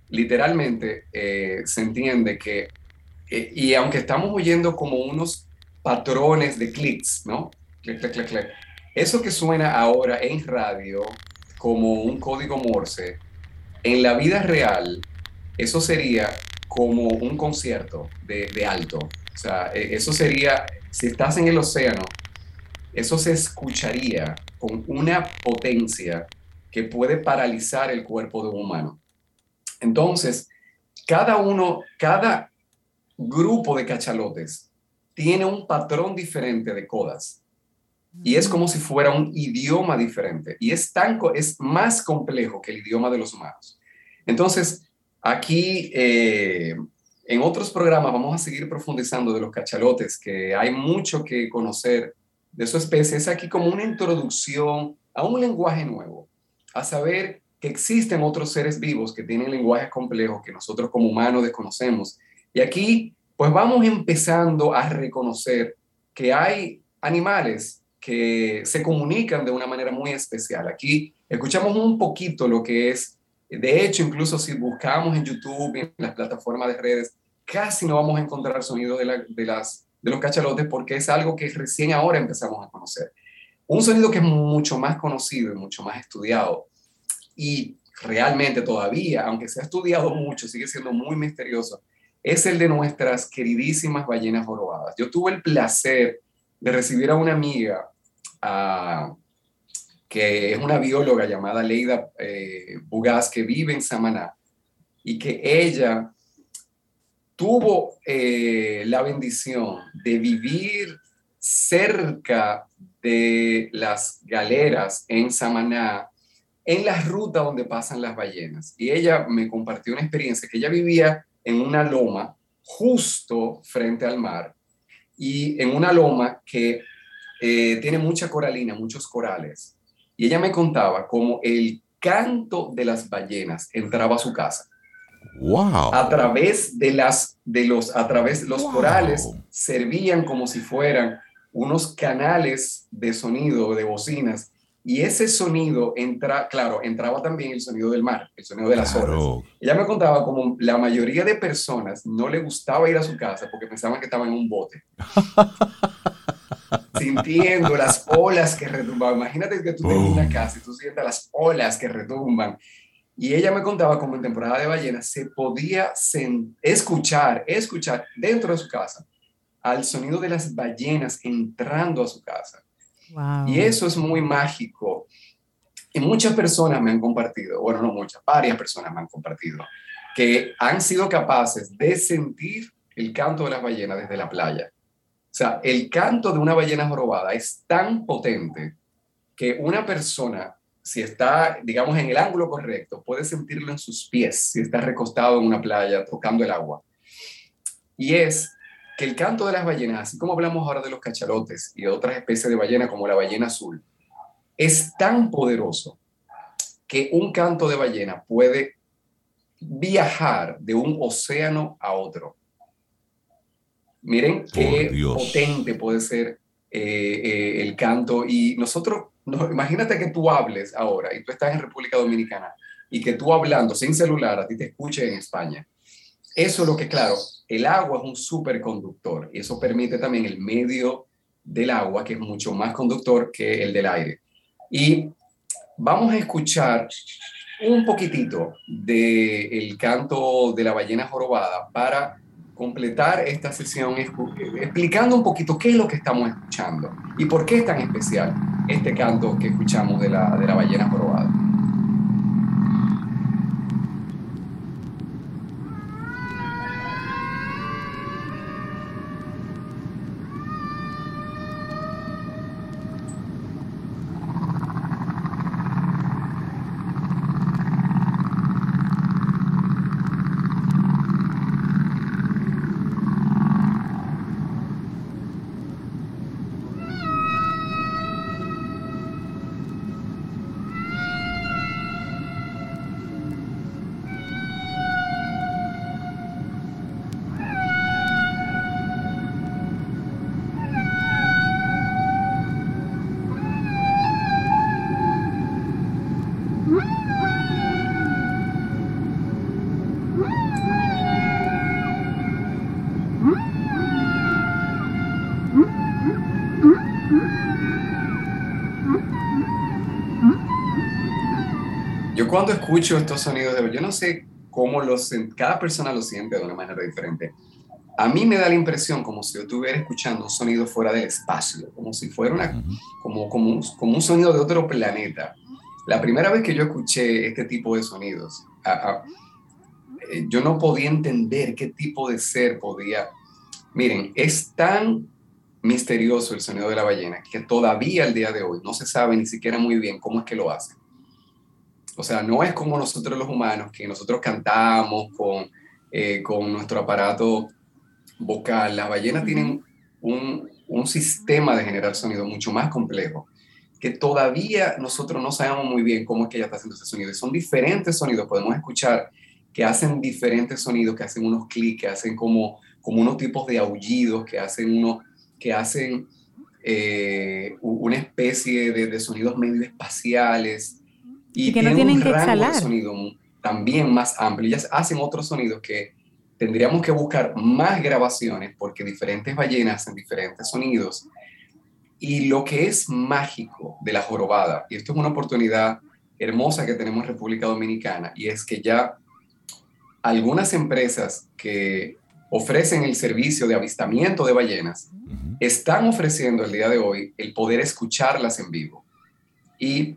literalmente eh, se entiende que, eh, y aunque estamos oyendo como unos patrones de clics, ¿no? Clic, clic, clic, clic. Eso que suena ahora en radio como un código Morse, en la vida real, eso sería como un concierto de, de alto. O sea, eso sería, si estás en el océano, eso se escucharía con una potencia que puede paralizar el cuerpo de un humano. Entonces, cada uno, cada grupo de cachalotes tiene un patrón diferente de codas. Y es como si fuera un idioma diferente. Y es, tan, es más complejo que el idioma de los humanos. Entonces, aquí, eh, en otros programas, vamos a seguir profundizando de los cachalotes, que hay mucho que conocer de su especie. Es aquí como una introducción a un lenguaje nuevo, a saber que existen otros seres vivos que tienen lenguajes complejos que nosotros como humanos desconocemos. Y aquí, pues vamos empezando a reconocer que hay animales que se comunican de una manera muy especial. Aquí escuchamos un poquito lo que es, de hecho, incluso si buscamos en YouTube, en las plataformas de redes, casi no vamos a encontrar sonidos de, la, de, las, de los cachalotes porque es algo que recién ahora empezamos a conocer. Un sonido que es mucho más conocido y mucho más estudiado y realmente todavía, aunque se ha estudiado mucho, sigue siendo muy misterioso, es el de nuestras queridísimas ballenas jorobadas. Yo tuve el placer de recibir a una amiga uh, que es una bióloga llamada Leida eh, Bugaz, que vive en Samaná, y que ella tuvo eh, la bendición de vivir cerca de las galeras en Samaná, en la ruta donde pasan las ballenas. Y ella me compartió una experiencia que ella vivía en una loma justo frente al mar, y en una loma que eh, tiene mucha coralina, muchos corales. Y ella me contaba cómo el canto de las ballenas entraba a su casa. Wow. A través de las, de los, a través de los wow. corales servían como si fueran unos canales de sonido, de bocinas. Y ese sonido entra, claro, entraba también el sonido del mar, el sonido de las claro. olas. Ella me contaba como la mayoría de personas no le gustaba ir a su casa porque pensaban que estaban en un bote. Sintiendo las olas que retumbaban. Imagínate que tú oh. tienes una casa y tú sientes las olas que retumban. Y ella me contaba como en temporada de ballenas se podía escuchar, escuchar dentro de su casa al sonido de las ballenas entrando a su casa. Wow. Y eso es muy mágico. Y muchas personas me han compartido, bueno, no muchas, varias personas me han compartido, que han sido capaces de sentir el canto de las ballenas desde la playa. O sea, el canto de una ballena jorobada es tan potente que una persona, si está, digamos, en el ángulo correcto, puede sentirlo en sus pies, si está recostado en una playa tocando el agua. Y es que el canto de las ballenas, así como hablamos ahora de los cachalotes y de otras especies de ballena como la ballena azul, es tan poderoso que un canto de ballena puede viajar de un océano a otro. Miren qué potente puede ser eh, eh, el canto. Y nosotros, no, imagínate que tú hables ahora y tú estás en República Dominicana y que tú hablando sin celular a ti te escuche en España. Eso es lo que, claro, el agua es un superconductor y eso permite también el medio del agua, que es mucho más conductor que el del aire. Y vamos a escuchar un poquitito del canto de la ballena jorobada para completar esta sesión explicando un poquito qué es lo que estamos escuchando y por qué es tan especial este canto que escuchamos de la, de la ballena jorobada. Yo cuando escucho estos sonidos, de, yo no sé cómo los, cada persona lo siente de una manera diferente. A mí me da la impresión como si yo estuviera escuchando un sonido fuera del espacio, como si fuera una, como, como, un, como un sonido de otro planeta. La primera vez que yo escuché este tipo de sonidos, a, a, eh, yo no podía entender qué tipo de ser podía. Miren, es tan misterioso el sonido de la ballena que todavía al día de hoy no se sabe ni siquiera muy bien cómo es que lo hacen. O sea, no es como nosotros los humanos, que nosotros cantamos con, eh, con nuestro aparato vocal. Las ballenas uh-huh. tienen un, un sistema de generar sonido mucho más complejo, que todavía nosotros no sabemos muy bien cómo es que ella está haciendo ese sonido. Y son diferentes sonidos, podemos escuchar que hacen diferentes sonidos, que hacen unos clics, que hacen como, como unos tipos de aullidos, que hacen, unos, que hacen eh, una especie de, de sonidos medio espaciales. Y, y que no tienen un que rango exhalar. De sonido también más amplio. Ellas hacen otros sonidos que tendríamos que buscar más grabaciones porque diferentes ballenas hacen diferentes sonidos. Y lo que es mágico de la jorobada, y esto es una oportunidad hermosa que tenemos en República Dominicana, y es que ya algunas empresas que ofrecen el servicio de avistamiento de ballenas uh-huh. están ofreciendo el día de hoy el poder escucharlas en vivo. Y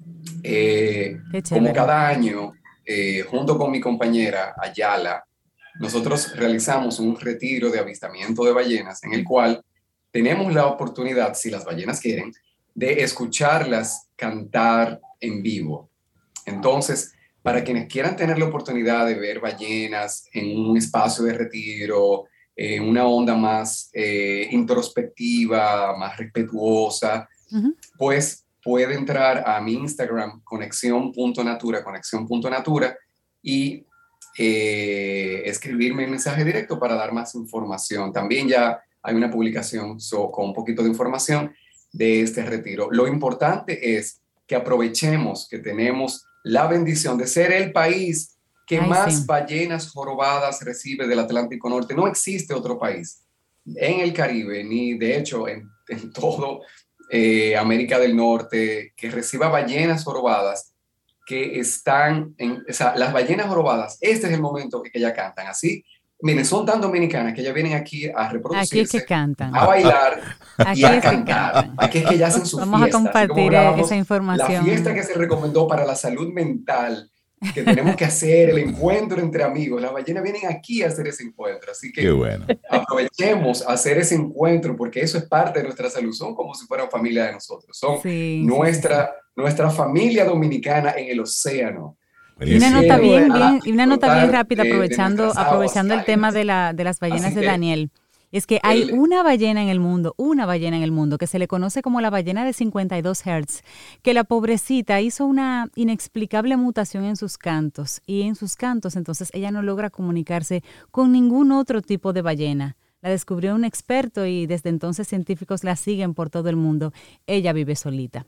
eh, como cada año, eh, junto con mi compañera Ayala, nosotros realizamos un retiro de avistamiento de ballenas en el cual tenemos la oportunidad, si las ballenas quieren, de escucharlas cantar en vivo. Entonces, para quienes quieran tener la oportunidad de ver ballenas en un espacio de retiro, en una onda más eh, introspectiva, más respetuosa, uh-huh. pues puede entrar a mi Instagram, conexión punto natura, conexión punto natura, y eh, escribirme un mensaje directo para dar más información. También ya hay una publicación so, con un poquito de información de este retiro. Lo importante es que aprovechemos que tenemos la bendición de ser el país que Ay, más sí. ballenas jorobadas recibe del Atlántico Norte. No existe otro país en el Caribe, ni de hecho en, en todo eh, América del Norte, que reciba ballenas jorobadas que están en, o sea, las ballenas jorobadas, este es el momento que, que ya cantan, así. Miren, son tan dominicanas que ellas vienen aquí a reproducirse, aquí es que cantan. a bailar aquí y a es cantar. Cantan. Aquí es que ellas hacen su Vamos fiesta. Vamos a compartir esa información. La fiesta que se recomendó para la salud mental, que tenemos que hacer, el encuentro entre amigos. Las ballenas vienen aquí a hacer ese encuentro. Así que Qué bueno. aprovechemos a hacer ese encuentro, porque eso es parte de nuestra salud. Son como si fueran familia de nosotros. Son sí, nuestra, sí, sí. nuestra familia dominicana en el océano. Y una nota bien, bien, y una nota bien rápida, aprovechando, aprovechando el tema de, la, de las ballenas de Daniel. Es que hay una ballena en el mundo, una ballena en el mundo, que se le conoce como la ballena de cincuenta y dos hertz, que la pobrecita hizo una inexplicable mutación en sus cantos, y en sus cantos entonces ella no logra comunicarse con ningún otro tipo de ballena. La descubrió un experto y desde entonces científicos la siguen por todo el mundo. Ella vive solita.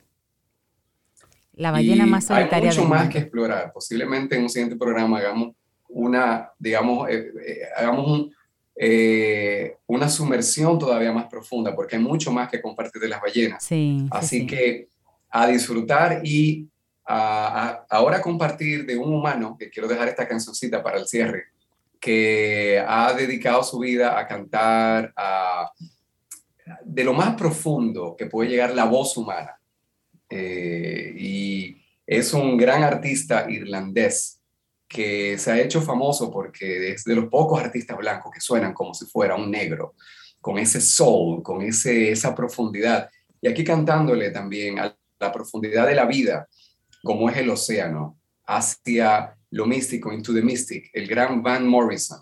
La ballena y más solitaria hay mucho del más mundo. que explorar. Posiblemente en un siguiente programa hagamos una, digamos, eh, eh, hagamos un, eh, una sumersión todavía más profunda, porque hay mucho más que compartir de las ballenas. Sí, Así sí, que a disfrutar y a, a, ahora compartir de un humano, que quiero dejar esta cancioncita para el cierre, que ha dedicado su vida a cantar a, de lo más profundo que puede llegar la voz humana. Eh, y es un gran artista irlandés que se ha hecho famoso porque es de los pocos artistas blancos que suenan como si fuera un negro, con ese soul, con ese, esa profundidad. Y aquí cantándole también a la profundidad de la vida, como es el océano, hacia lo místico, into the mystic, el gran Van Morrison.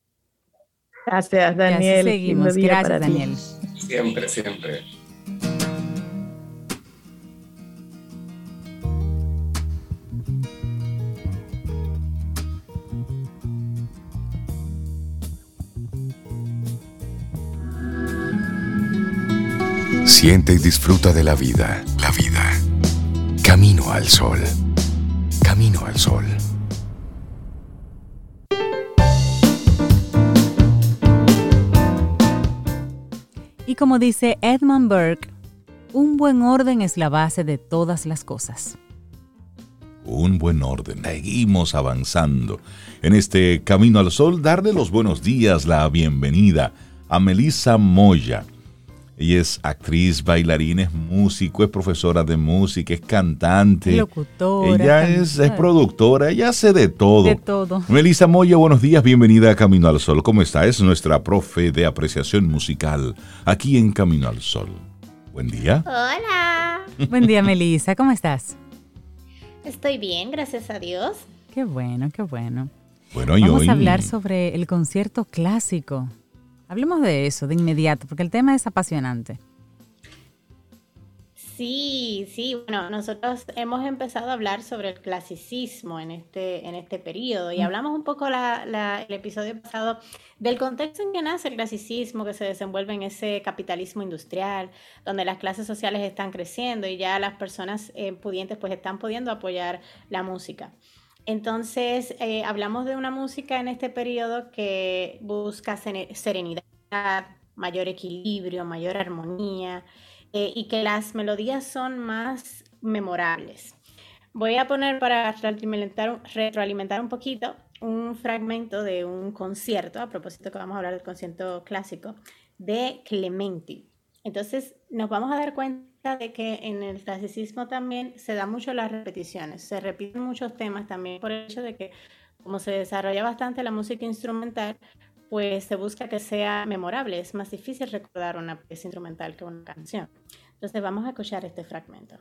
Gracias, Daniel. Y así seguimos. Gracias, Daniel. Siempre, siempre. Siente y disfruta de la vida. La vida. Camino al sol. Camino al sol. Y como dice Edmund Burke, un buen orden es la base de todas las cosas. un buen orden. Seguimos avanzando en este Camino al Sol. Darle los buenos días, la bienvenida a Melissa Moya. Ella es actriz, bailarina, es músico, es profesora de música, es cantante. Locutora. Ella es, es productora, ella hace de todo. De todo. Melissa Moya, buenos días, bienvenida a Camino al Sol. ¿Cómo está? Es nuestra profe de apreciación musical aquí en Camino al Sol. Buen día. Hola. Buen día, Melissa. ¿Cómo estás? Estoy bien, gracias a Dios. Qué bueno, qué bueno. Bueno, y Vamos hoy... a hablar sobre el concierto clásico. Hablemos de eso de inmediato, porque el tema es apasionante. Sí, sí, bueno, nosotros hemos empezado a hablar sobre el clasicismo en este, en este periodo y hablamos un poco la, la, el episodio pasado del contexto en que nace el clasicismo, que se desenvuelve en ese capitalismo industrial, donde las clases sociales están creciendo y ya las personas eh, pudientes pues están pudiendo apoyar la música. Entonces, eh, hablamos de una música en este periodo que busca serenidad, mayor equilibrio, mayor armonía, eh, y que las melodías son más memorables. Voy a poner para retroalimentar, retroalimentar un poquito un fragmento de un concierto, a propósito que vamos a hablar del concierto clásico, de Clementi. Entonces, nos vamos a dar cuenta de que en el clasicismo también se dan mucho las repeticiones, se repiten muchos temas también por el hecho de que como se desarrolla bastante la música instrumental, pues se busca que sea memorable, es más difícil recordar una pieza instrumental que una canción. Entonces vamos a escuchar este fragmento.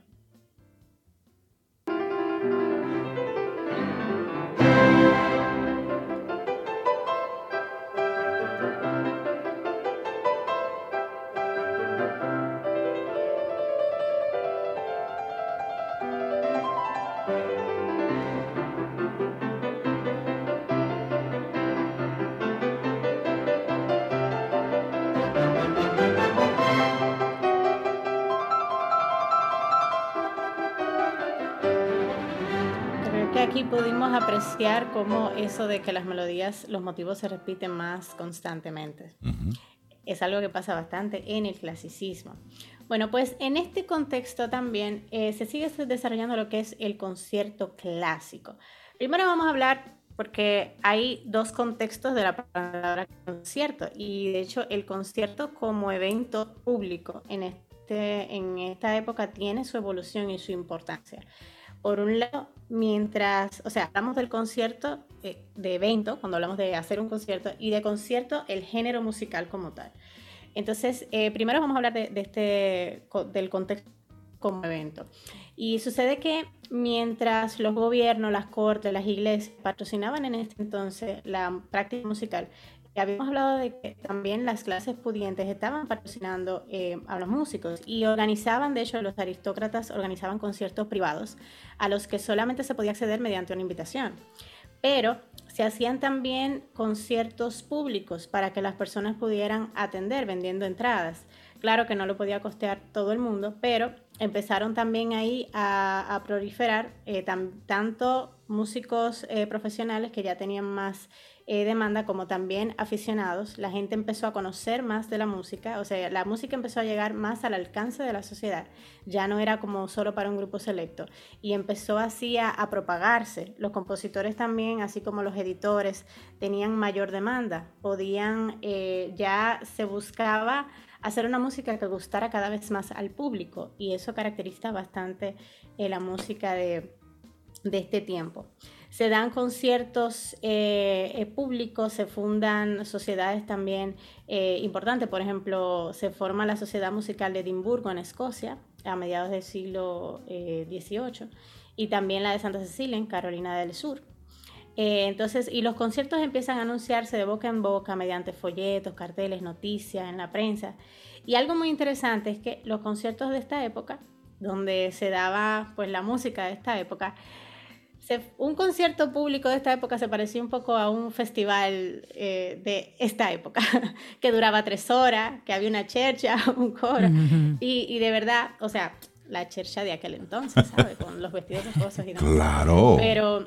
Aquí pudimos apreciar cómo eso de que las melodías, los motivos se repiten más constantemente. Uh-huh. Es algo que pasa bastante en el clasicismo. Bueno, pues en este contexto también eh, se sigue desarrollando lo que es el concierto clásico. Primero vamos a hablar, porque hay dos contextos de la palabra concierto, y de hecho el concierto como evento público en, este, en esta época tiene su evolución y su importancia. Por un lado, mientras, o sea, hablamos del concierto, eh, de evento, cuando hablamos de hacer un concierto, y de concierto, el género musical como tal. Entonces, eh, primero vamos a hablar de, de este, del contexto como evento. Y sucede que mientras los gobiernos, las cortes, las iglesias patrocinaban en este entonces la práctica musical, habíamos hablado de que también las clases pudientes estaban patrocinando eh, a los músicos y organizaban, de hecho los aristócratas organizaban conciertos privados a los que solamente se podía acceder mediante una invitación. Pero se hacían también conciertos públicos para que las personas pudieran atender vendiendo entradas. Claro que no lo podía costear todo el mundo, pero empezaron también ahí a, a proliferar eh, tan, tanto músicos eh, profesionales que ya tenían más eh, demanda, como también aficionados. La gente empezó a conocer más de la música, o sea, la música empezó a llegar más al alcance de la sociedad, ya no era como solo para un grupo selecto, y empezó así a, a propagarse. Los compositores también, así como los editores, tenían mayor demanda, podían, eh, ya se buscaba hacer una música que gustara cada vez más al público, y eso caracteriza bastante eh, la música de, de este tiempo. Se dan conciertos eh, eh, públicos, se fundan sociedades también eh, importantes. Por ejemplo, se forma la Sociedad Musical de Edimburgo en Escocia a mediados del siglo eh, dieciocho, y también la de Santa Cecilia en Carolina del Sur. Eh, entonces, y los conciertos empiezan a anunciarse de boca en boca mediante folletos, carteles, noticias en la prensa. Y algo muy interesante es que los conciertos de esta época, donde se daba pues la música de esta época, se, un concierto público de esta época se parecía un poco a un festival eh, de esta época, que duraba tres horas, que había una chercha, un coro, uh-huh. y, y de verdad, o sea, la chercha de aquel entonces, ¿sabes? Con los vestidos esposos y demás. Claro. Pero,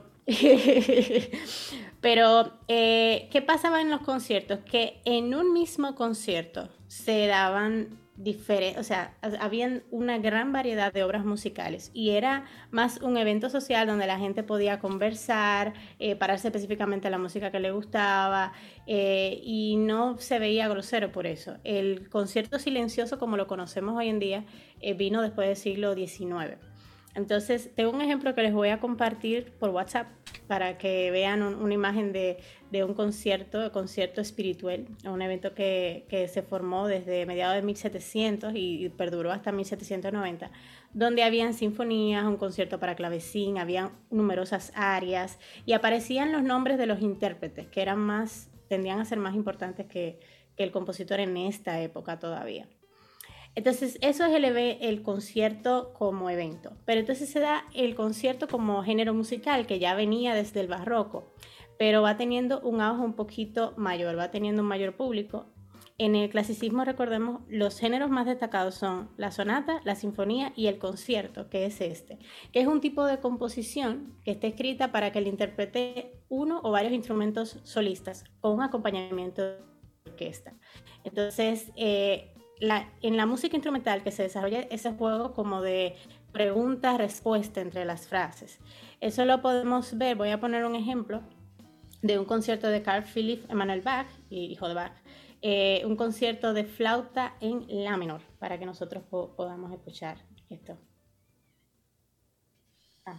pero eh, ¿qué pasaba en los conciertos? Que en un mismo concierto se daban diferente, o sea, había una gran variedad de obras musicales y era más un evento social donde la gente podía conversar, eh, pararse específicamente a la música que le gustaba, eh, y no se veía grosero por eso. El concierto silencioso, como lo conocemos hoy en día, eh, vino después del siglo diecinueve. Entonces, tengo un ejemplo que les voy a compartir por WhatsApp para que vean un, una imagen de, de un concierto, concierto espiritual, un evento que, que se formó desde mediados de mil setecientos y, y perduró hasta mil setecientos noventa, donde habían sinfonías, un concierto para clavecín, habían numerosas arias y aparecían los nombres de los intérpretes, que eran más, tendían a ser más importantes que, que el compositor en esta época todavía. Entonces, eso es el, el concierto como evento. Pero entonces se da el concierto como género musical, que ya venía desde el barroco, pero va teniendo un auge un poquito mayor, va teniendo un mayor público. En el clasicismo, recordemos, los géneros más destacados son la sonata, la sinfonía y el concierto, que es este, que es un tipo de composición que está escrita para que le interprete uno o varios instrumentos solistas con un acompañamiento de orquesta. Entonces, eh, La, en la música instrumental que se desarrolla ese juego como de pregunta-respuesta entre las frases. Eso lo podemos ver, voy a poner un ejemplo de un concierto de Carl Philipp Emanuel Bach, hijo de Bach, eh, un concierto de flauta en la menor, para que nosotros po- podamos escuchar esto. Ah.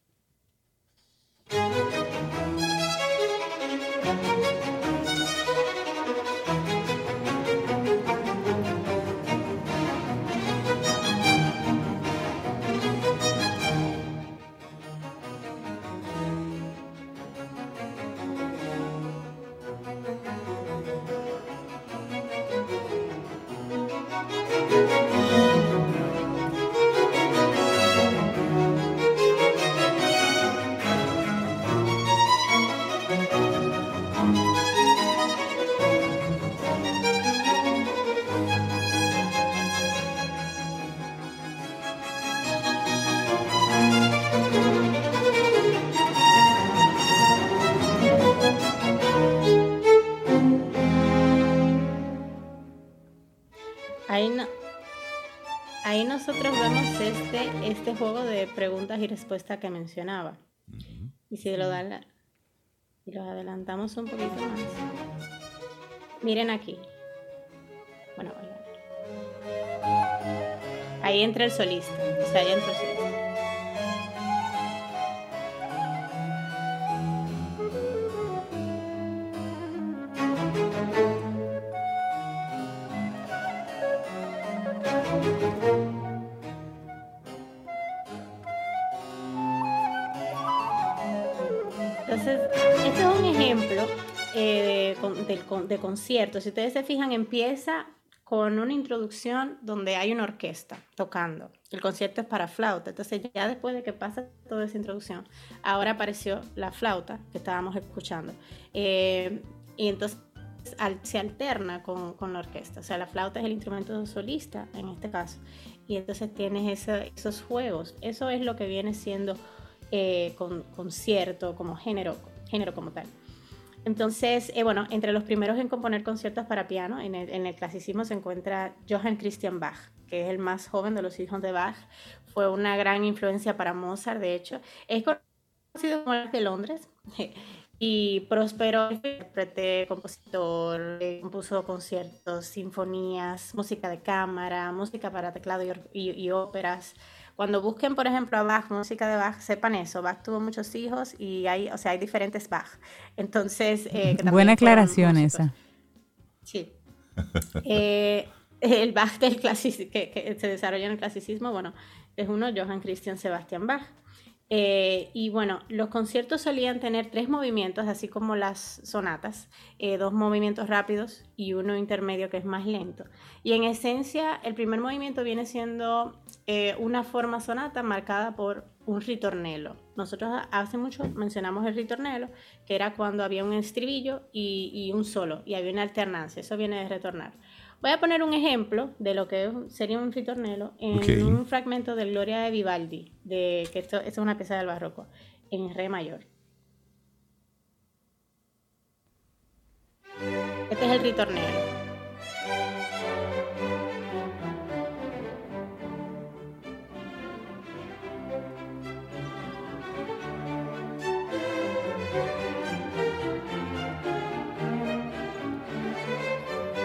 Ahí, no, ahí nosotros vemos este, este juego de preguntas y respuestas que mencionaba. Uh-huh. Y si lo, dan, si lo adelantamos un poquito más. Miren aquí. Bueno, oigan. Ahí entra el solista. O sea, ahí entra el solista. Entonces, este es un ejemplo eh, de, de, de concierto. Si ustedes se fijan, empieza con una introducción donde hay una orquesta tocando. El concierto es para flauta. Entonces, ya después de que pasa toda esa introducción, ahora apareció la flauta que estábamos escuchando. Eh, y entonces al, se alterna con, con la orquesta. O sea, la flauta es el instrumento solista en este caso. Y entonces tienes ese, esos juegos. Eso es lo que viene siendo Eh, con concierto como género, género como tal. Entonces, eh, bueno, entre los primeros en componer conciertos para piano en el, en el clasicismo se encuentra Johann Christian Bach, que es el más joven de los hijos de Bach. Fue una gran influencia para Mozart, de hecho. Es conocido como el de Londres y prosperó, intérprete, compositor, eh, compuso conciertos, sinfonías, música de cámara, música para teclado y, y, y óperas. Cuando busquen, por ejemplo, a Bach, música de Bach, sepan eso. Bach tuvo muchos hijos y hay, o sea, hay diferentes Bach. Entonces, eh, que buena aclaración esa. Sí. eh, el Bach del clasicismo, que, que se desarrolla en el clasicismo, bueno, es uno, Johann Christian Sebastian Bach. Eh, y bueno, los conciertos solían tener tres movimientos, así como las sonatas, eh, dos movimientos rápidos y uno intermedio que es más lento. Y en esencia, el primer movimiento viene siendo eh, una forma sonata marcada por un ritornello. Nosotros hace mucho mencionamos el ritornello, que era cuando había un estribillo y, y un solo, y había una alternancia. Eso viene de retornar. Voy a poner un ejemplo de lo que sería un ritornello en okay. un fragmento de Gloria de Vivaldi, de, que esto, esto es una pieza del barroco, en re mayor. Este es el ritornello.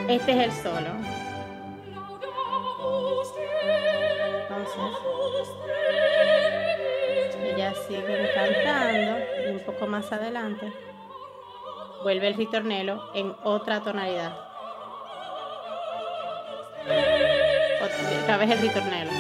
Este es el solo. Entonces, ella sigue cantando y un poco más adelante vuelve el ritornelo en otra tonalidad. Otra vez el ritornelo.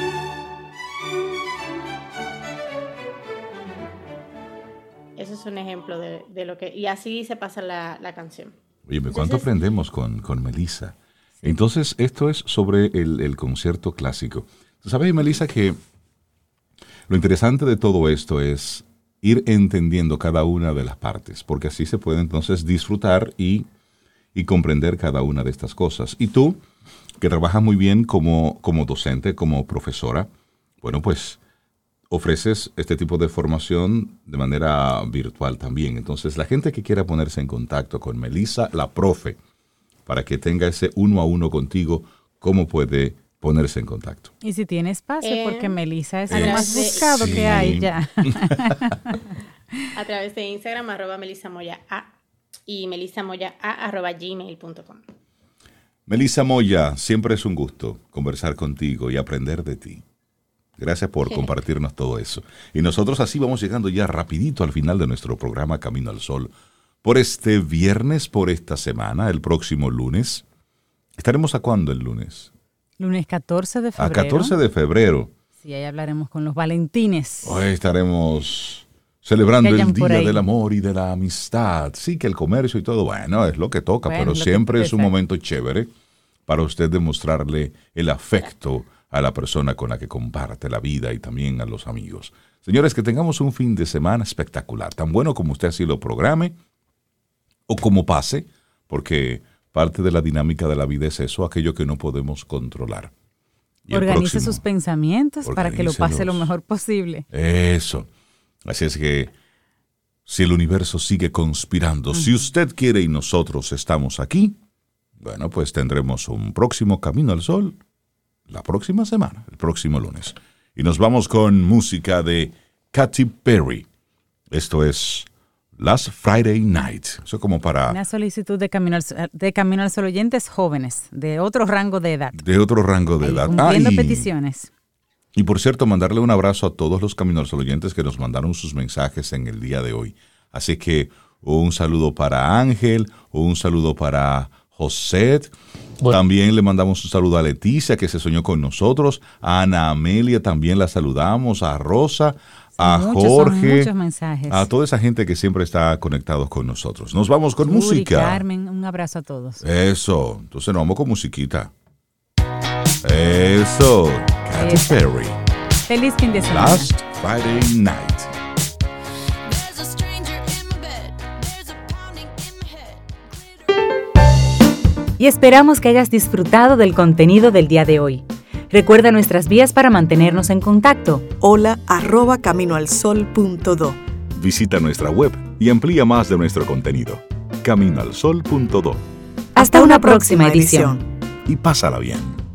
Eso es un ejemplo de, de lo que... Y así se pasa la, la canción. Oye, ¿cuánto aprendemos con, con Melissa? Entonces, esto es sobre el, el concierto clásico. Tú sabes, Melissa, que lo interesante de todo esto es ir entendiendo cada una de las partes, porque así se puede entonces disfrutar y, y comprender cada una de estas cosas. Y tú, que trabajas muy bien como, como docente, como profesora, bueno, pues ofreces este tipo de formación de manera virtual también. Entonces, la gente que quiera ponerse en contacto con Melissa, la profe, para que tenga ese uno a uno contigo, ¿cómo puede ponerse en contacto? Y si tiene espacio, eh, porque Melissa es eh, el más buscado sí. que hay ya. A través de Instagram, arroba Melissa Moya A y Melissa Moya A arroba gmail punto com. Melissa Moya, siempre es un gusto conversar contigo y aprender de ti. Gracias por compartirnos todo eso. Y nosotros así vamos llegando ya rapidito al final de nuestro programa Camino al Sol. Por este viernes, por esta semana, el próximo lunes. ¿Estaremos a cuándo el lunes? Lunes catorce de febrero. A catorce de febrero. Sí, ahí hablaremos con los Valentines. Hoy estaremos celebrando el Día del Amor y de la Amistad. Sí, que el comercio y todo, bueno, es lo que toca, bueno, pero siempre es un momento chévere para usted demostrarle el afecto a la persona con la que comparte la vida y también a los amigos. Señores, que tengamos un fin de semana espectacular, tan bueno como usted así lo programe o como pase, porque parte de la dinámica de la vida es eso, aquello que no podemos controlar. Y organice próximo, sus pensamientos para que lo pase lo mejor posible. Eso. Así es que si el universo sigue conspirando, uh-huh. si usted quiere y nosotros estamos aquí, bueno, pues tendremos un próximo Camino al Sol la próxima semana, el próximo lunes. Y nos vamos con música de Katy Perry. Esto es Last Friday Night. Eso como para... Una solicitud de Camino al, de Camino al Sol oyentes jóvenes, de otro rango de edad. De otro rango de Ahí, edad. Cumpliendo ah, y, peticiones. Y por cierto, mandarle un abrazo a todos los Camino al Sol oyentes que nos mandaron sus mensajes en el día de hoy. Así que un saludo para Ángel, un saludo para José. Bueno. También le mandamos un saludo a Leticia, que se soñó con nosotros. A Ana Amelia también la saludamos. A Rosa, sí, a muchos, Jorge. Muchos mensajes. A toda esa gente que siempre está conectados con nosotros. Nos vamos con Uri, música. Carmen, un abrazo a todos. Eso. Entonces nos vamos con musiquita. Eso. Katy Perry. Feliz fin de semana. Last Friday Night. Y esperamos que hayas disfrutado del contenido del día de hoy. Recuerda nuestras vías para mantenernos en contacto. Hola arroba caminoalsol punto do. Visita nuestra web y amplía más de nuestro contenido. caminoalsol punto do. Hasta, Hasta una, una próxima, próxima edición. edición. Y pásala bien.